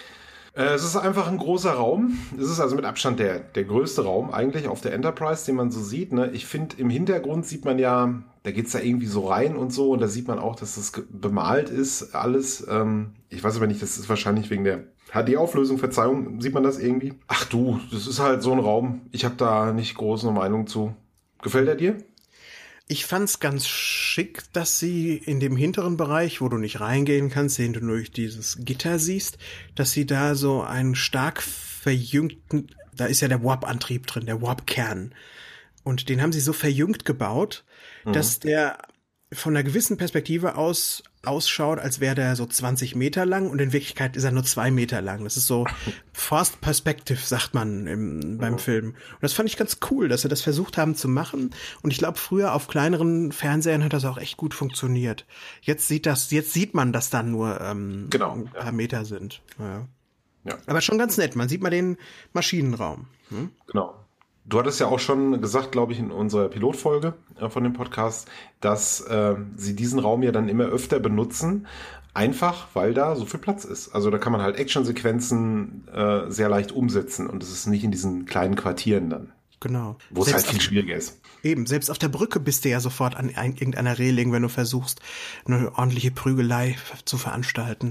Es ist einfach ein großer Raum. Es ist also mit Abstand der, der größte Raum eigentlich auf der Enterprise, den man so sieht. Ne? Ich finde, im Hintergrund sieht man ja, da geht's da irgendwie so rein und so. Und da sieht man auch, dass das bemalt ist, alles. Ähm, ich weiß aber nicht, das ist wahrscheinlich wegen der H D-Auflösung, Verzeihung, sieht man das irgendwie? Ach du, das ist halt so ein Raum. Ich habe da nicht groß eine Meinung zu. Gefällt er dir? Ich fand's ganz schick, dass sie in dem hinteren Bereich, wo du nicht reingehen kannst, den du durch dieses Gitter siehst, dass sie da so einen stark verjüngten, da ist ja der Warp-Antrieb drin, der Warp-Kern. Und den haben sie so verjüngt gebaut, mhm. dass der von einer gewissen Perspektive aus ausschaut, als wäre der so zwanzig Meter lang und in Wirklichkeit ist er nur zwei Meter lang. Das ist so Forced Perspective, sagt man im, beim oh. Film. Und das fand ich ganz cool, dass sie das versucht haben zu machen. Und ich glaube, früher auf kleineren Fernsehern hat das auch echt gut funktioniert. Jetzt sieht das, jetzt sieht man, dass da nur ähm, genau, ein paar ja. Meter sind. Ja. Ja. Aber schon ganz nett. Man sieht mal den Maschinenraum. Hm? Genau. Du hattest ja auch schon gesagt, glaube ich, in unserer Pilotfolge äh, von dem Podcast, dass äh, sie diesen Raum ja dann immer öfter benutzen, einfach weil da so viel Platz ist. Also da kann man halt Actionsequenzen äh, sehr leicht umsetzen und es ist nicht in diesen kleinen Quartieren dann. Genau. Wo es halt viel schwieriger ist. Eben, selbst auf der Brücke bist du ja sofort an ein, irgendeiner Reling, wenn du versuchst, eine ordentliche Prügelei zu veranstalten.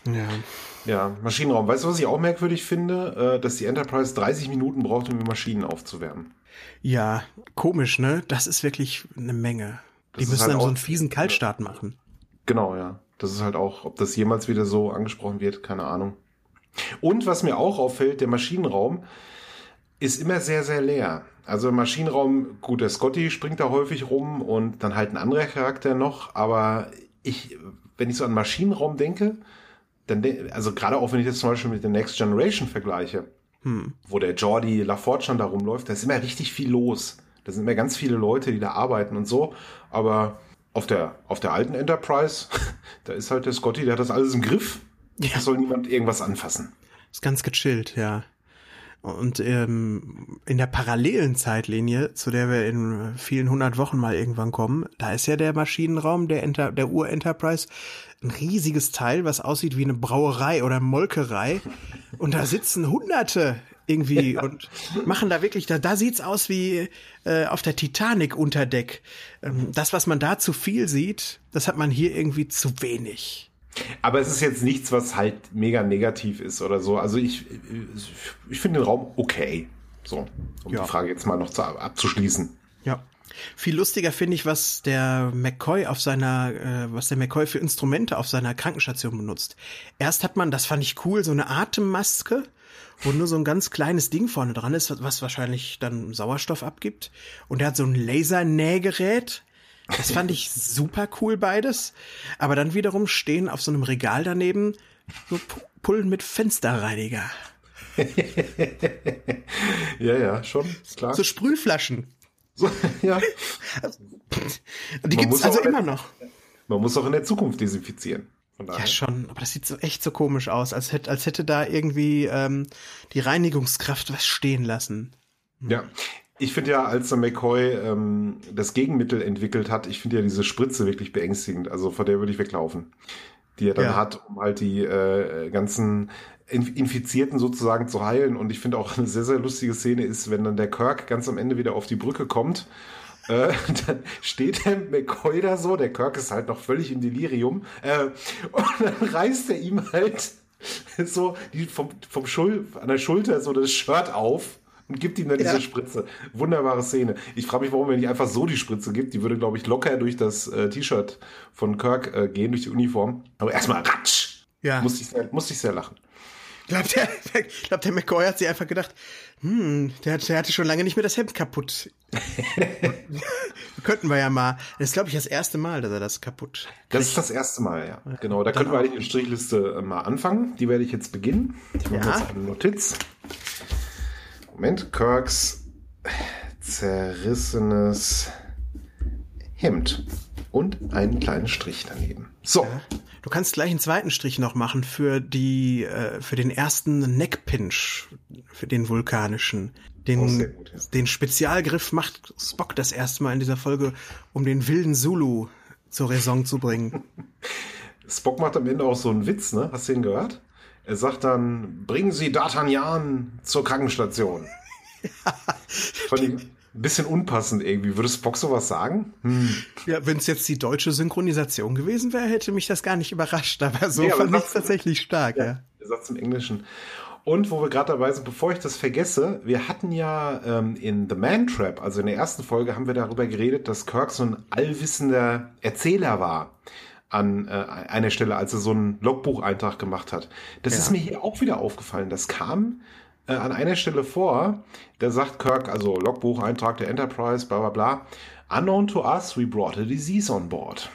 Ja. Ja, Maschinenraum. Weißt du, was ich auch merkwürdig finde? Äh, dass die Enterprise dreißig Minuten braucht, um die Maschinen aufzuwärmen. Ja, komisch, ne? Das ist wirklich eine Menge. Das Die ist müssen halt dann so auch- einen fiesen Kaltstart machen. Genau, ja. Das ist halt auch, ob das jemals wieder so angesprochen wird, keine Ahnung. Und was mir auch auffällt, der Maschinenraum ist immer sehr, sehr leer. Also im Maschinenraum, gut, der Scotty springt da häufig rum und dann halt ein anderer Charakter noch, aber ich, wenn ich so an Maschinenraum denke, dann, de- also gerade auch wenn ich das zum Beispiel mit der Next Generation vergleiche, Hm. wo der Geordi LaForge schon da rumläuft, da ist immer richtig viel los. Da sind immer ganz viele Leute, die da arbeiten und so, aber auf der, auf der alten Enterprise, da ist halt der Scotty, der hat das alles im Griff. Ja. Da soll niemand irgendwas anfassen. Ist ganz gechillt, ja. Und ähm, in der parallelen Zeitlinie, zu der wir in vielen hundert Wochen mal irgendwann kommen, da ist ja der Maschinenraum der, Enter der Ur-Enterprise ein riesiges Teil, was aussieht wie eine Brauerei oder Molkerei. Und da sitzen Hunderte irgendwie und machen da wirklich, da, da sieht's aus wie äh, auf der Titanic unter Deck. Ähm, das, was man da zu viel sieht, das hat man hier irgendwie zu wenig. Aber es ist jetzt nichts, was halt mega negativ ist oder so. Also ich, ich finde den Raum okay. So, um Ja. die Frage jetzt mal noch zu, abzuschließen. Ja. Viel lustiger finde ich, was der McCoy auf seiner, äh, was der McCoy für Instrumente auf seiner Krankenstation benutzt. Erst hat man, das fand ich cool, so eine Atemmaske, wo nur so ein ganz kleines Ding vorne dran ist, was wahrscheinlich dann Sauerstoff abgibt. Und er hat so ein Lasernähgerät. Das fand ich super cool beides. Aber dann wiederum stehen auf so einem Regal daneben so P- Pullen mit Fensterreiniger. Ja, ja, schon, klar. So Sprühflaschen. So, ja. Und die Man gibt's muss also auch- immer noch. Man muss auch in der Zukunft desinfizieren. Von daher. Ja, schon, aber das sieht so echt so komisch aus, als hätte, als hätte da irgendwie ähm, die Reinigungskraft was stehen lassen. Ja. Ich finde ja, als der McCoy ähm, das Gegenmittel entwickelt hat, ich finde ja diese Spritze wirklich beängstigend. Also vor der würde ich weglaufen. Die er dann Ja. hat, um halt die äh, ganzen Inf- Infizierten sozusagen zu heilen. Und ich finde auch eine sehr, sehr lustige Szene ist, wenn dann der Kirk ganz am Ende wieder auf die Brücke kommt, äh, dann steht der McCoy da so, der Kirk ist halt noch völlig im Delirium, äh, und dann reißt er ihm halt so die vom, vom Schul an der Schulter so das Shirt auf und gibt ihm dann Ja. diese Spritze. Wunderbare Szene. Ich frage mich, warum er nicht einfach so die Spritze gibt. Die würde, glaube ich, locker durch das äh, T-Shirt von Kirk äh, gehen, durch die Uniform. Aber erstmal ratsch! Ja. Musste ich sehr, musste ich sehr lachen. Ich glaube, der, der, glaub, der McCoy hat sich einfach gedacht, hm, der, hat, der hatte schon lange nicht mehr das Hemd kaputt. Könnten wir ja mal. Das ist, glaube ich, das erste Mal, dass er das kaputt Das kriegt. ist das erste Mal, ja. Genau, da Dann können wir auch- eigentlich die Strichliste äh, mal anfangen. Die werde ich jetzt beginnen. Ich mache Ja. jetzt eine Notiz. Moment, Kirks zerrissenes Hemd und einen kleinen Strich daneben. So, Du kannst gleich einen zweiten Strich noch machen für die, äh, für den ersten Neckpinch, für den vulkanischen. Den, Oh, sehr gut, ja. den Spezialgriff macht Spock das erste Mal in dieser Folge, um den wilden Zulu zur Raison zu bringen. Spock macht am Ende auch so einen Witz, ne? Hast du ihn gehört? Er sagt dann, bringen Sie D'Artagnan zur Krankenstation. Fand ich ein bisschen unpassend irgendwie. Würde Spock sowas sagen? Hm. Ja, wenn es jetzt die deutsche Synchronisation gewesen wäre, hätte mich das gar nicht überrascht. Aber so Nee, aber fand ich es das- tatsächlich stark, ja. Der Satz im Englischen. Und wo wir gerade dabei sind, bevor ich das vergesse, wir hatten ja ähm, in The Man Trap, also in der ersten Folge, haben wir darüber geredet, dass Kirk so ein allwissender Erzähler war an äh, einer Stelle, als er so einen Logbucheintrag gemacht hat. Das Ja. ist mir hier auch wieder aufgefallen. Das kam äh, an einer Stelle vor, da sagt Kirk, also Logbucheintrag der Enterprise, bla bla bla, unknown to us, we brought a disease on board.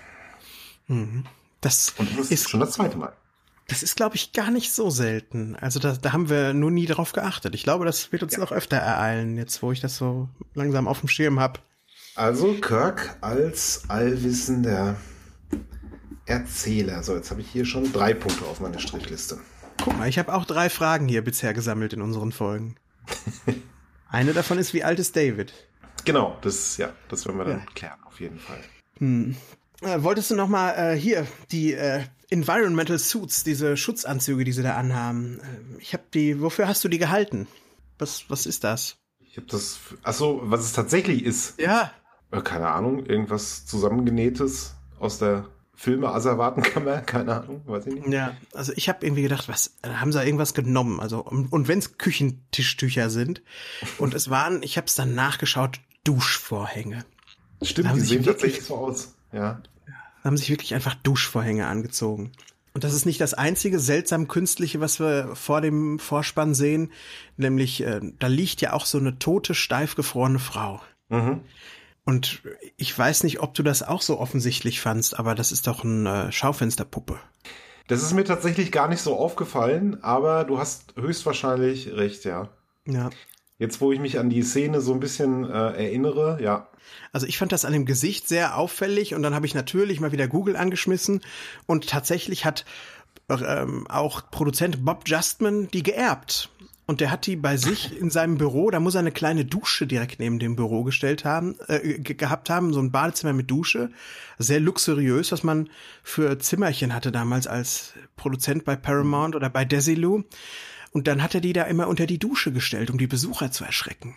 Das Und das ist, ist, schon das zweite Mal. das ist, glaube ich, gar nicht so selten. Also da, da haben wir nur nie drauf geachtet. Ich glaube, das wird uns noch öfter ereilen, jetzt wo ich das so langsam auf dem Schirm habe. Also Kirk als allwissender Erzähler. So, jetzt habe ich hier schon drei Punkte auf meiner Strichliste. Guck mal, ich habe auch drei Fragen hier bisher gesammelt in unseren Folgen. Eine davon ist, wie alt ist David? Genau, das ja, das werden wir dann Ja. klären, auf jeden Fall. Äh, wolltest du noch mal äh, hier die äh, Environmental Suits, diese Schutzanzüge, die sie da anhaben? Äh, ich habe die. Wofür hast du die gehalten? Was was ist das? Ich habe das, ach so, was es tatsächlich ist, Ja, äh, keine Ahnung, irgendwas zusammengenähtes aus der Filme, Asservatenkammer, keine Ahnung, weiß ich nicht. Ja, also ich habe irgendwie gedacht, was, haben sie da irgendwas genommen? Also, und, und wenn es Küchentischttücher sind, und es waren, ich habe es dann nachgeschaut, Duschvorhänge. Stimmt, die sehen tatsächlich so aus, ja. Haben sich wirklich einfach Duschvorhänge angezogen. Und das ist nicht das einzige seltsam Künstliche, was wir vor dem Vorspann sehen, nämlich äh, da liegt ja auch so eine tote, steif gefrorene Frau. Mhm. Und ich weiß nicht, ob du das auch so offensichtlich fandst, aber das ist doch eine Schaufensterpuppe. Das ist mir tatsächlich gar nicht so aufgefallen, aber du hast höchstwahrscheinlich recht, ja. Ja. Jetzt, wo ich mich an die Szene so ein bisschen äh, erinnere, ja. Also ich fand das an dem Gesicht sehr auffällig und dann habe ich natürlich mal wieder Google angeschmissen und tatsächlich hat ähm, auch Produzent Bob Justman die geerbt. Und der hat die bei sich in seinem Büro, da muss er eine kleine Dusche direkt neben dem Büro gestellt haben, äh, ge- gehabt haben, so ein Badezimmer mit Dusche. Sehr luxuriös, was man für Zimmerchen hatte damals als Produzent bei Paramount oder bei Desilu. Und dann hat er die da immer unter die Dusche gestellt, um die Besucher zu erschrecken.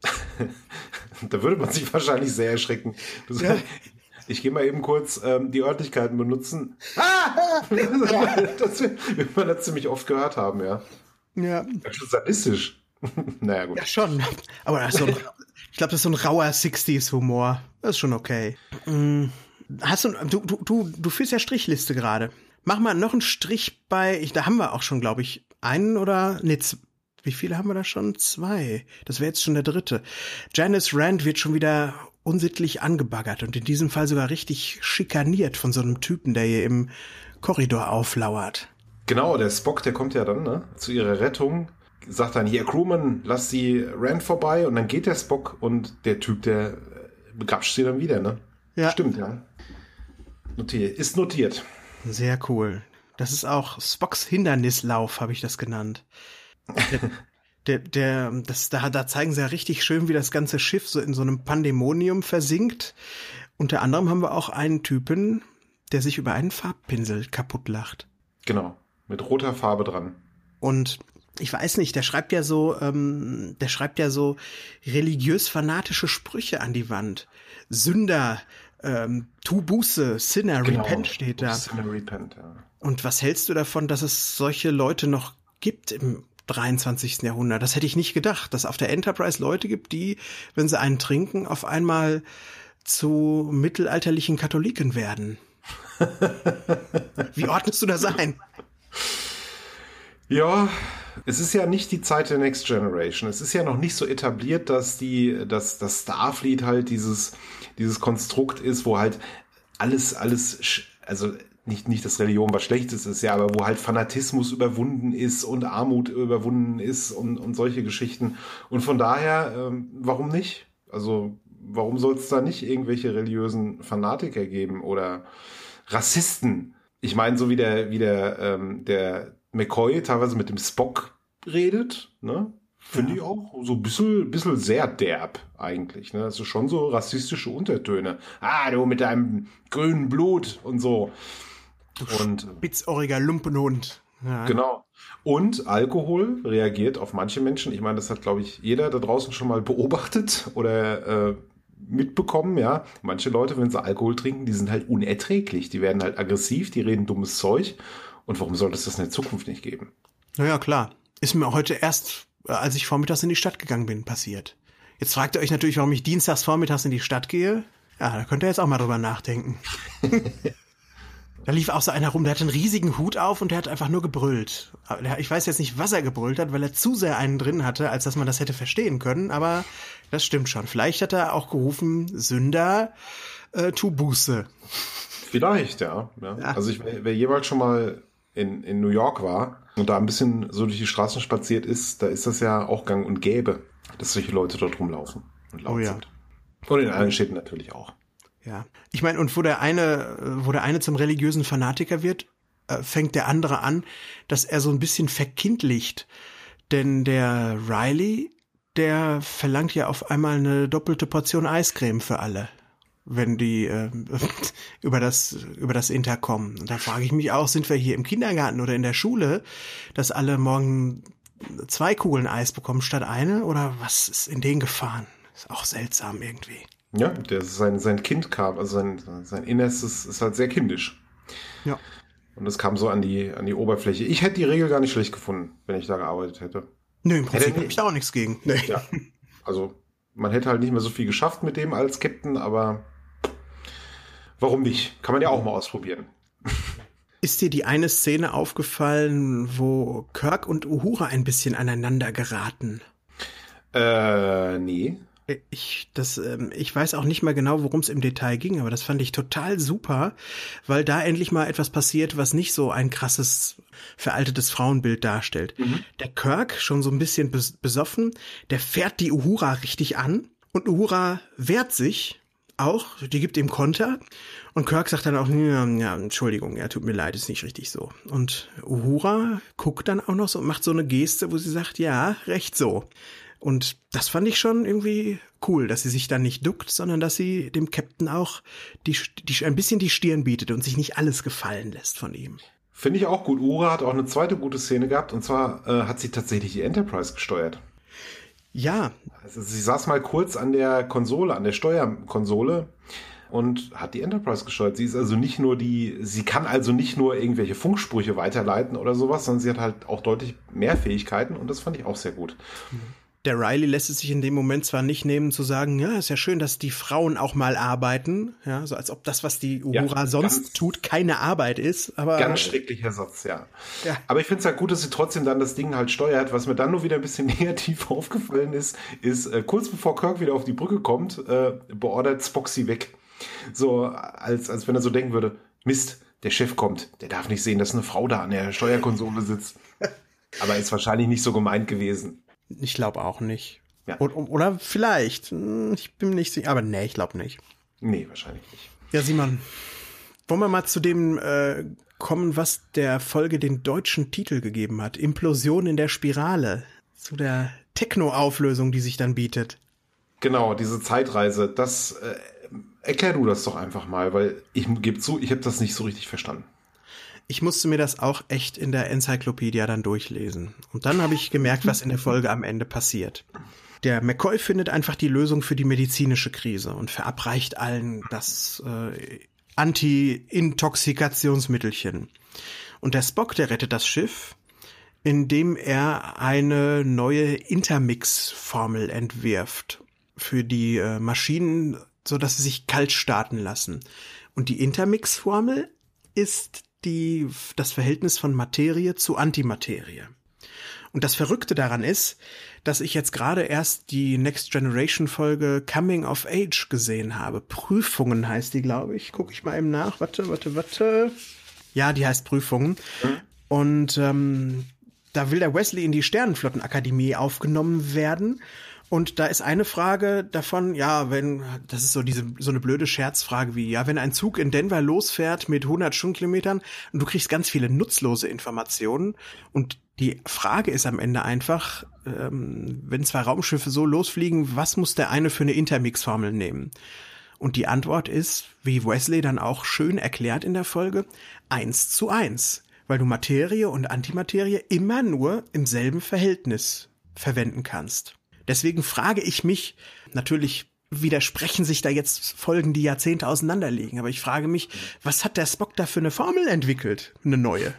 Da würde man sich wahrscheinlich sehr erschrecken. Du sagst, ja. Ich gehe mal eben kurz ähm, die Örtlichkeiten benutzen. Ah! Das wird man das ziemlich oft gehört haben, ja. Ja. Das ist sadistisch. Naja, gut. Ja, schon. Aber das ist so ein, ich glaube, das ist so ein rauer sechziger-Humor. Das ist schon okay. Hast du, du, du, du führst ja Strichliste gerade. Mach mal noch einen Strich bei, ich, da haben wir auch schon, glaube ich, einen oder, nee, z- wie viele haben wir da schon? Zwei. Das wäre jetzt schon der dritte. Janice Rand wird schon wieder unsittlich angebaggert und in diesem Fall sogar richtig schikaniert von so einem Typen, der hier im Korridor auflauert. Genau, der Spock, der kommt ja dann, ne, zu ihrer Rettung, sagt dann, hier, Crewman, lass die Rand vorbei, und dann geht der Spock und der Typ, der begrapscht sie dann wieder, ne? Ja. Stimmt, ja. Notiert. Ist notiert. Sehr cool. Das ist auch Spocks Hindernislauf, habe ich das genannt. Der, der, der das, da, da zeigen sie ja richtig schön, wie das ganze Schiff so in so einem Pandemonium versinkt. Unter anderem haben wir auch einen Typen, der sich über einen Farbpinsel kaputt lacht. Genau. Mit roter Farbe dran. Und ich weiß nicht, der schreibt ja so, ähm, der schreibt ja so religiös-fanatische Sprüche an die Wand. Sünder, ähm, tu Buße, Sinner, genau. Repent steht da. Sinner, Repent, ja. Und was hältst du davon, dass es solche Leute noch gibt im dreiundzwanzigsten Jahrhundert? Das hätte ich nicht gedacht, dass es auf der Enterprise Leute gibt, die, wenn sie einen trinken, auf einmal zu mittelalterlichen Katholiken werden. Wie ordnest du das ein? Ja, es ist ja nicht die Zeit der Next Generation. Es ist ja noch nicht so etabliert, dass die, dass das Starfleet halt dieses, dieses Konstrukt ist, wo halt alles, alles, also nicht, nicht, dass Religion was Schlechtes ist, ja, aber wo halt Fanatismus überwunden ist und Armut überwunden ist und, und solche Geschichten. Und von daher, ähm, warum nicht? Also, warum soll es da nicht irgendwelche religiösen Fanatiker geben oder Rassisten? Ich meine, so wie der, wie der, ähm, der McCoy teilweise mit dem Spock redet, ne? Finde ja. ich auch so ein bisschen, bisschen sehr derb eigentlich, ne? Das ist schon so rassistische Untertöne. Ah, du mit deinem grünen Blut und so. Und spitzohriger Lumpenhund. Ja. Genau. Und Alkohol reagiert auf manche Menschen. Ich meine, das hat, glaube ich, jeder da draußen schon mal beobachtet oder äh, mitbekommen, ja. Manche Leute, wenn sie Alkohol trinken, die sind halt unerträglich. Die werden halt aggressiv, die reden dummes Zeug. Und warum soll es das in der Zukunft nicht geben? Naja, klar. Ist mir heute erst, als ich vormittags in die Stadt gegangen bin, passiert. Jetzt fragt ihr euch natürlich, warum ich dienstags vormittags in die Stadt gehe. Ja, da könnt ihr jetzt auch mal drüber nachdenken. Da lief auch so einer rum, der hatte einen riesigen Hut auf und der hat einfach nur gebrüllt. Ich weiß jetzt nicht, was er gebrüllt hat, weil er zu sehr einen drin hatte, als dass man das hätte verstehen können, aber das stimmt schon. Vielleicht hat er auch gerufen, Sünder, äh, tu Buße. Vielleicht, ja. ja. ja. Also ich, wer, wer jeweils schon mal in, in New York war und da ein bisschen so durch die Straßen spaziert ist, da ist das ja auch gang und gäbe, dass solche Leute dort rumlaufen und laut oh, ja. sind. Und in allen Städten natürlich auch. Ja, ich meine, und wo der eine, wo der eine zum religiösen Fanatiker wird, äh, fängt der andere an, dass er so ein bisschen verkindlicht. Denn der Riley, der verlangt ja auf einmal eine doppelte Portion Eiscreme für alle, wenn die äh, über das über das Intercom. Und da frage ich mich auch, sind wir hier im Kindergarten oder in der Schule, dass alle morgen zwei Kugeln Eis bekommen statt eine? Oder was ist in den gefahren? Ist auch seltsam irgendwie. Ja, der sein, sein Kind kam, also sein, sein Innerstes ist halt sehr kindisch. Ja. Und es kam so an die, an die Oberfläche. Ich hätte die Regel gar nicht schlecht gefunden, wenn ich da gearbeitet hätte. Nö, im Prinzip habe ich da auch nichts gegen. Nee. Ja, also man hätte halt nicht mehr so viel geschafft mit dem als Captain, aber warum nicht? Kann man ja auch mal ausprobieren. Ist dir die eine Szene aufgefallen, wo Kirk und Uhura ein bisschen aneinander geraten? Äh, nee. Ich, das, ähm, ich weiß auch nicht mehr genau, worum es im Detail ging, aber das fand ich total super, weil da endlich mal etwas passiert, was nicht so ein krasses, veraltetes Frauenbild darstellt. Mhm. Der Kirk, schon so ein bisschen bes- besoffen, der fährt die Uhura richtig an und Uhura wehrt sich auch, die gibt ihm Konter und Kirk sagt dann auch, ja, ja, Entschuldigung, ja, tut mir leid, ist nicht richtig so. Und Uhura guckt dann auch noch so und macht so eine Geste, wo sie sagt, ja, recht so. Und das fand ich schon irgendwie cool, dass sie sich dann nicht duckt, sondern dass sie dem Captain auch die, die, ein bisschen die Stirn bietet und sich nicht alles gefallen lässt von ihm. Finde ich auch gut. Uhura hat auch eine zweite gute Szene gehabt, und zwar äh, hat sie tatsächlich die Enterprise gesteuert. Ja. Also sie saß mal kurz an der Konsole, an der Steuerkonsole und hat die Enterprise gesteuert. Sie ist also nicht nur die, sie kann also nicht nur irgendwelche Funksprüche weiterleiten oder sowas, sondern sie hat halt auch deutlich mehr Fähigkeiten und das fand ich auch sehr gut. Mhm. Der Riley lässt es sich in dem Moment zwar nicht nehmen zu sagen, ja, ist ja schön, dass die Frauen auch mal arbeiten, ja, so als ob das, was die Uhura ja, sonst ganz, tut, keine Arbeit ist, aber. Ganz schrecklicher Satz, ja. ja. Aber ich finde es halt gut, dass sie trotzdem dann das Ding halt steuert. Was mir dann nur wieder ein bisschen negativ aufgefallen ist, ist, äh, kurz bevor Kirk wieder auf die Brücke kommt, äh, beordert Spock sie weg. So, als, als wenn er so denken würde, Mist, der Chef kommt, der darf nicht sehen, dass eine Frau da an der Steuerkonsole sitzt. Aber ist wahrscheinlich nicht so gemeint gewesen. Ich glaube auch nicht. Ja. Oder, oder vielleicht. Ich bin nicht sicher. Aber nee, ich glaube nicht. Nee, wahrscheinlich nicht. Ja, Simon, wollen wir mal zu dem äh, kommen, was der Folge den deutschen Titel gegeben hat? Implosion in der Spirale. Zu der Techno-Auflösung, die sich dann bietet. Genau, diese Zeitreise. Das äh, erklär du das doch einfach mal, weil ich gebe zu, ich habe das nicht so richtig verstanden. Ich musste mir das auch echt in der Enzyklopädie dann durchlesen. Und dann habe ich gemerkt, was in der Folge am Ende passiert. Der McCoy findet einfach die Lösung für die medizinische Krise und verabreicht allen das äh, Anti-Intoxikationsmittelchen. Und der Spock, der rettet das Schiff, indem er eine neue Intermix-Formel entwirft für die äh, Maschinen, sodass sie sich kalt starten lassen. Und die Intermix-Formel ist die, das Verhältnis von Materie zu Antimaterie. Und das Verrückte daran ist, dass ich jetzt gerade erst die Next Generation Folge Coming of Age gesehen habe. Prüfungen heißt die, glaube ich. Gucke ich mal eben nach. Warte, warte, warte. Ja, die heißt Prüfungen. Mhm. Und ähm, da will der Wesley in die Sternenflottenakademie aufgenommen werden. Und da ist eine Frage davon, ja, wenn, das ist so diese, so eine blöde Scherzfrage wie, ja, wenn ein Zug in Denver losfährt mit hundert Stundenkilometern und du kriegst ganz viele nutzlose Informationen und die Frage ist am Ende einfach, ähm, wenn zwei Raumschiffe so losfliegen, was muss der eine für eine Intermix-Formel nehmen? Und die Antwort ist, wie Wesley dann auch schön erklärt in der Folge, eins zu eins, weil du Materie und Antimaterie immer nur im selben Verhältnis verwenden kannst. Deswegen frage ich mich, natürlich widersprechen sich da jetzt Folgen, die Jahrzehnte auseinander liegen, aber ich frage mich, was hat der Spock da für eine Formel entwickelt? Eine neue?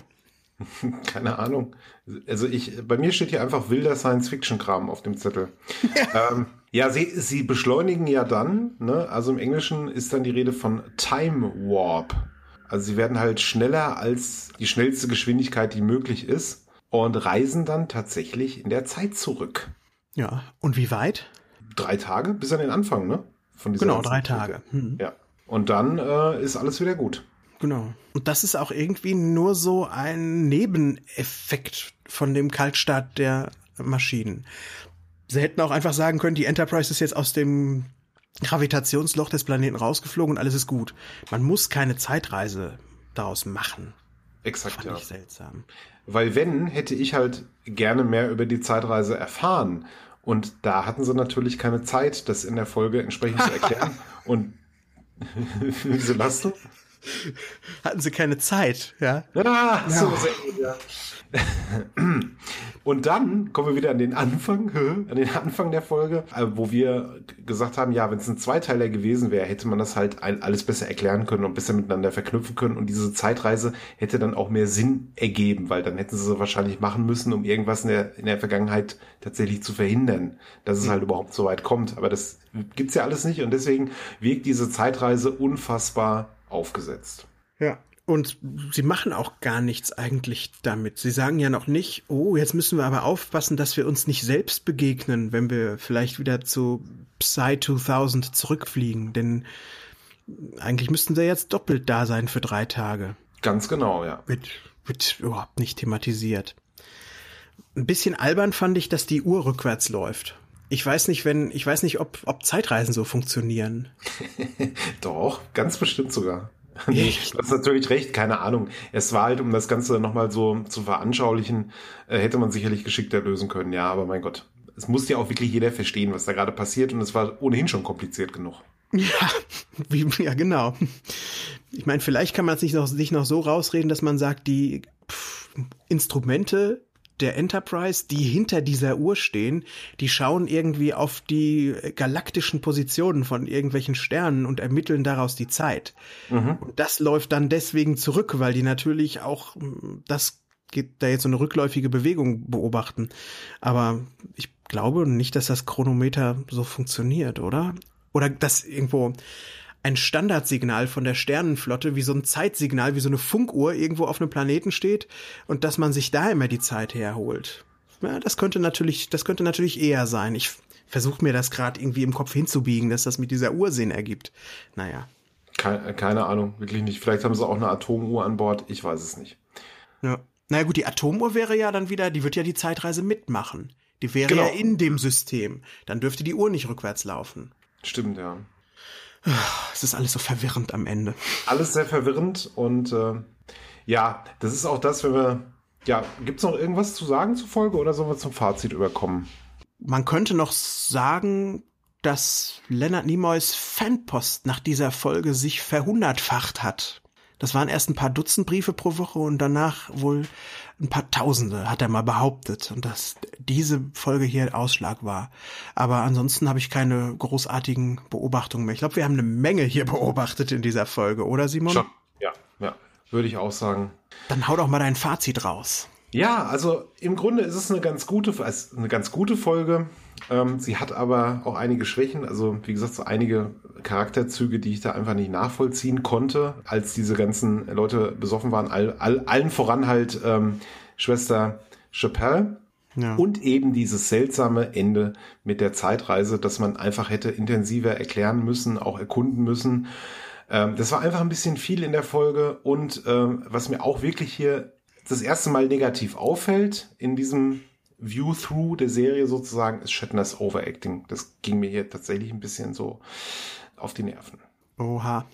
Keine Ahnung. Also ich, bei mir steht hier einfach wilder Science-Fiction-Kram auf dem Zettel. Ja, ähm, ja sie, sie beschleunigen ja dann, ne? Also im Englischen ist dann die Rede von Time Warp. Also sie werden halt schneller als die schnellste Geschwindigkeit, die möglich ist und reisen dann tatsächlich in der Zeit zurück. Ja, und wie weit? Drei Tage bis an den Anfang, ne? Von dieser genau, drei Tage. Hm. Ja. Und dann äh, ist alles wieder gut. Genau. Und das ist auch irgendwie nur so ein Nebeneffekt von dem Kaltstart der Maschinen. Sie hätten auch einfach sagen können, die Enterprise ist jetzt aus dem Gravitationsloch des Planeten rausgeflogen und alles ist gut. Man muss keine Zeitreise daraus machen. Exakt, Fand ja. ich seltsam. Weil wenn, hätte ich halt gerne mehr über die Zeitreise erfahren. Und da hatten sie natürlich keine Zeit, das in der Folge entsprechend zu erklären. Und wieso lachst du? Hatten sie keine Zeit, ja? Ah, so ja. Sehr gut, ja. Und dann kommen wir wieder an den Anfang, an den Anfang der Folge, wo wir gesagt haben, ja, wenn es ein Zweiteiler gewesen wäre, hätte man das halt alles besser erklären können und besser miteinander verknüpfen können. Und diese Zeitreise hätte dann auch mehr Sinn ergeben, weil dann hätten sie sie wahrscheinlich machen müssen, um irgendwas in der, in der Vergangenheit tatsächlich zu verhindern, dass es halt überhaupt so weit kommt. Aber das gibt's ja alles nicht und deswegen wirkt diese Zeitreise unfassbar aufgesetzt. Ja. Und sie machen auch gar nichts eigentlich damit. Sie sagen ja noch nicht, oh, jetzt müssen wir aber aufpassen, dass wir uns nicht selbst begegnen, wenn wir vielleicht wieder zu Psy zweitausend zurückfliegen. Denn eigentlich müssten sie jetzt doppelt da sein für drei Tage. Ganz genau, ja. Wird, wird überhaupt nicht thematisiert. Ein bisschen albern fand ich, dass die Uhr rückwärts läuft. Ich weiß nicht, wenn, ich weiß nicht, ob, ob Zeitreisen so funktionieren. Doch, ganz bestimmt sogar. Nee, du hast natürlich recht, keine Ahnung. Es war halt, um das Ganze nochmal so zu veranschaulichen, äh, hätte man sicherlich geschickter lösen können, ja, aber mein Gott. Es muss ja auch wirklich jeder verstehen, was da gerade passiert und es war ohnehin schon kompliziert genug. Ja, wie, ja genau. Ich meine, vielleicht kann man es sich noch, sich noch so rausreden, dass man sagt, die pff, Instrumente der Enterprise, die hinter dieser Uhr stehen, die schauen irgendwie auf die galaktischen Positionen von irgendwelchen Sternen und ermitteln daraus die Zeit. Mhm. Und das läuft dann deswegen zurück, weil die natürlich auch das geht da jetzt so eine rückläufige Bewegung beobachten. Aber ich glaube nicht, dass das Chronometer so funktioniert, oder? Oder dass irgendwo ein Standardsignal von der Sternenflotte, wie so ein Zeitsignal, wie so eine Funkuhr irgendwo auf einem Planeten steht und dass man sich da immer die Zeit herholt. Ja, das könnte natürlich, das könnte natürlich eher sein. Ich versuche mir das gerade irgendwie im Kopf hinzubiegen, dass das mit dieser Uhr Sinn ergibt. Naja. Keine, keine Ahnung, wirklich nicht. Vielleicht haben sie auch eine Atomuhr an Bord, ich weiß es nicht. Ja. Naja gut, die Atomuhr wäre ja dann wieder, die wird ja die Zeitreise mitmachen. Die wäre genau. ja in dem System. Dann dürfte die Uhr nicht rückwärts laufen. Stimmt, ja. Es ist alles so verwirrend am Ende. Alles sehr verwirrend und äh, ja, das ist auch das, wenn wir, ja, gibt's noch irgendwas zu sagen zur Folge oder sollen wir zum Fazit überkommen? Man könnte noch sagen, dass Leonard Nimoys Fanpost nach dieser Folge sich verhundertfacht hat. Das waren erst ein paar Dutzend Briefe pro Woche und danach wohl ein paar Tausende, hat er mal behauptet. Und dass diese Folge hier Ausschlag war. Aber ansonsten habe ich keine großartigen Beobachtungen mehr. Ich glaube, wir haben eine Menge hier beobachtet in dieser Folge, oder Simon? Schon, ja, ja, würde ich auch sagen. Dann hau doch mal dein Fazit raus. Ja, also im Grunde ist es eine ganz gute, also eine ganz gute Folge. Ähm, sie hat aber auch einige Schwächen. Also wie gesagt, so einige Charakterzüge, die ich da einfach nicht nachvollziehen konnte, als diese ganzen Leute besoffen waren. All, all, allen voran halt ähm, Schwester Chappelle. Ja. Und eben dieses seltsame Ende mit der Zeitreise, dass man einfach hätte intensiver erklären müssen, auch erkunden müssen. Ähm, das war einfach ein bisschen viel in der Folge. Und ähm, was mir auch wirklich hier das erste Mal negativ auffällt in diesem View-Through der Serie sozusagen, ist Shatners Overacting. Das ging mir hier tatsächlich ein bisschen so auf die Nerven. Oha.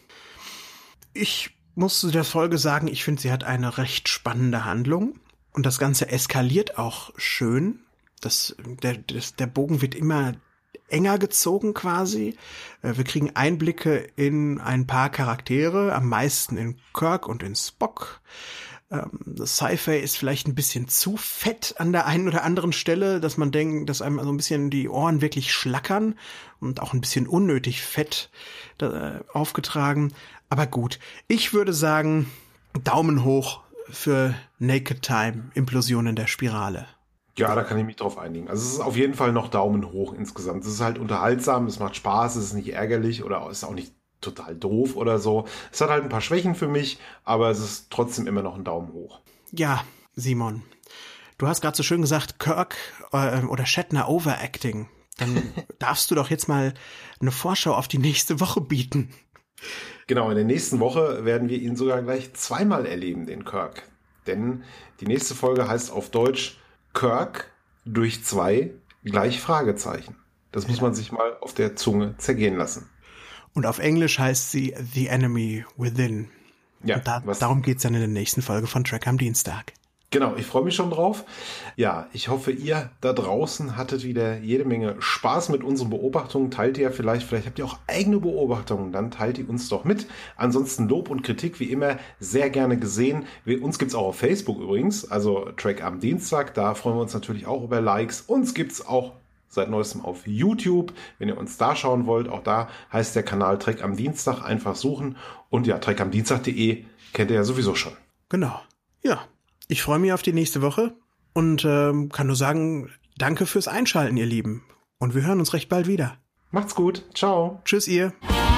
Ich muss zu der Folge sagen, ich finde, sie hat eine recht spannende Handlung und das Ganze eskaliert auch schön. Das, der, das, der Bogen wird immer enger gezogen quasi. Wir kriegen Einblicke in ein paar Charaktere, am meisten in Kirk und in Spock. Das Sci-Fi ist vielleicht ein bisschen zu fett an der einen oder anderen Stelle, dass man denkt, dass einem so ein bisschen die Ohren wirklich schlackern und auch ein bisschen unnötig fett äh, aufgetragen. Aber gut, ich würde sagen, Daumen hoch für Naked Time, Implosion in der Spirale. Ja, da kann ich mich drauf einigen. Also es ist auf jeden Fall noch Daumen hoch insgesamt. Es ist halt unterhaltsam, es macht Spaß, es ist nicht ärgerlich oder ist auch nicht total doof oder so. Es hat halt ein paar Schwächen für mich, aber es ist trotzdem immer noch ein Daumen hoch. Ja, Simon, du hast gerade so schön gesagt, Kirk äh, oder Shatner Overacting. Dann darfst du doch jetzt mal eine Vorschau auf die nächste Woche bieten. Genau, in der nächsten Woche werden wir ihn sogar gleich zweimal erleben, den Kirk. Denn die nächste Folge heißt auf Deutsch Kirk durch zwei gleich Fragezeichen. Das muss man sich mal auf der Zunge zergehen lassen. Und auf Englisch heißt sie The Enemy Within. Ja, und da, darum geht's dann in der nächsten Folge von Trek am Dienstag. Genau, ich freue mich schon drauf. Ja, ich hoffe, ihr da draußen hattet wieder jede Menge Spaß mit unseren Beobachtungen. Teilt ihr vielleicht, vielleicht habt ihr auch eigene Beobachtungen, dann teilt ihr uns doch mit. Ansonsten Lob und Kritik wie immer sehr gerne gesehen. Wir, uns gibt's auch auf Facebook übrigens, also Trek am Dienstag. Da freuen wir uns natürlich auch über Likes. Uns gibt's auch seit neuestem auf YouTube, wenn ihr uns da schauen wollt. Auch da heißt der Kanal Trek am Dienstag, einfach suchen. Und ja, trek am dienstag punkt de kennt ihr ja sowieso schon. Genau, ja. Ich freue mich auf die nächste Woche und ähm, kann nur sagen, danke fürs Einschalten, ihr Lieben. Und wir hören uns recht bald wieder. Macht's gut. Ciao. Tschüss, ihr.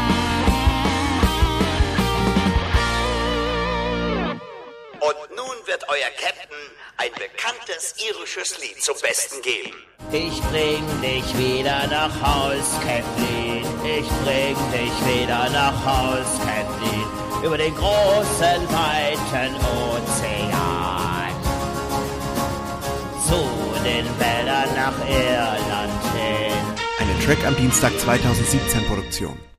Und nun wird euer Captain ein bekanntes irisches Lied zum Besten geben. Ich bring dich wieder nach Haus, Kathleen. Ich bring dich wieder nach Haus, Kathleen. Über den großen, weiten Ozean. Zu den Wäldern nach Irland hin. Eine Trek am Dienstag zweitausendsiebzehn Produktion.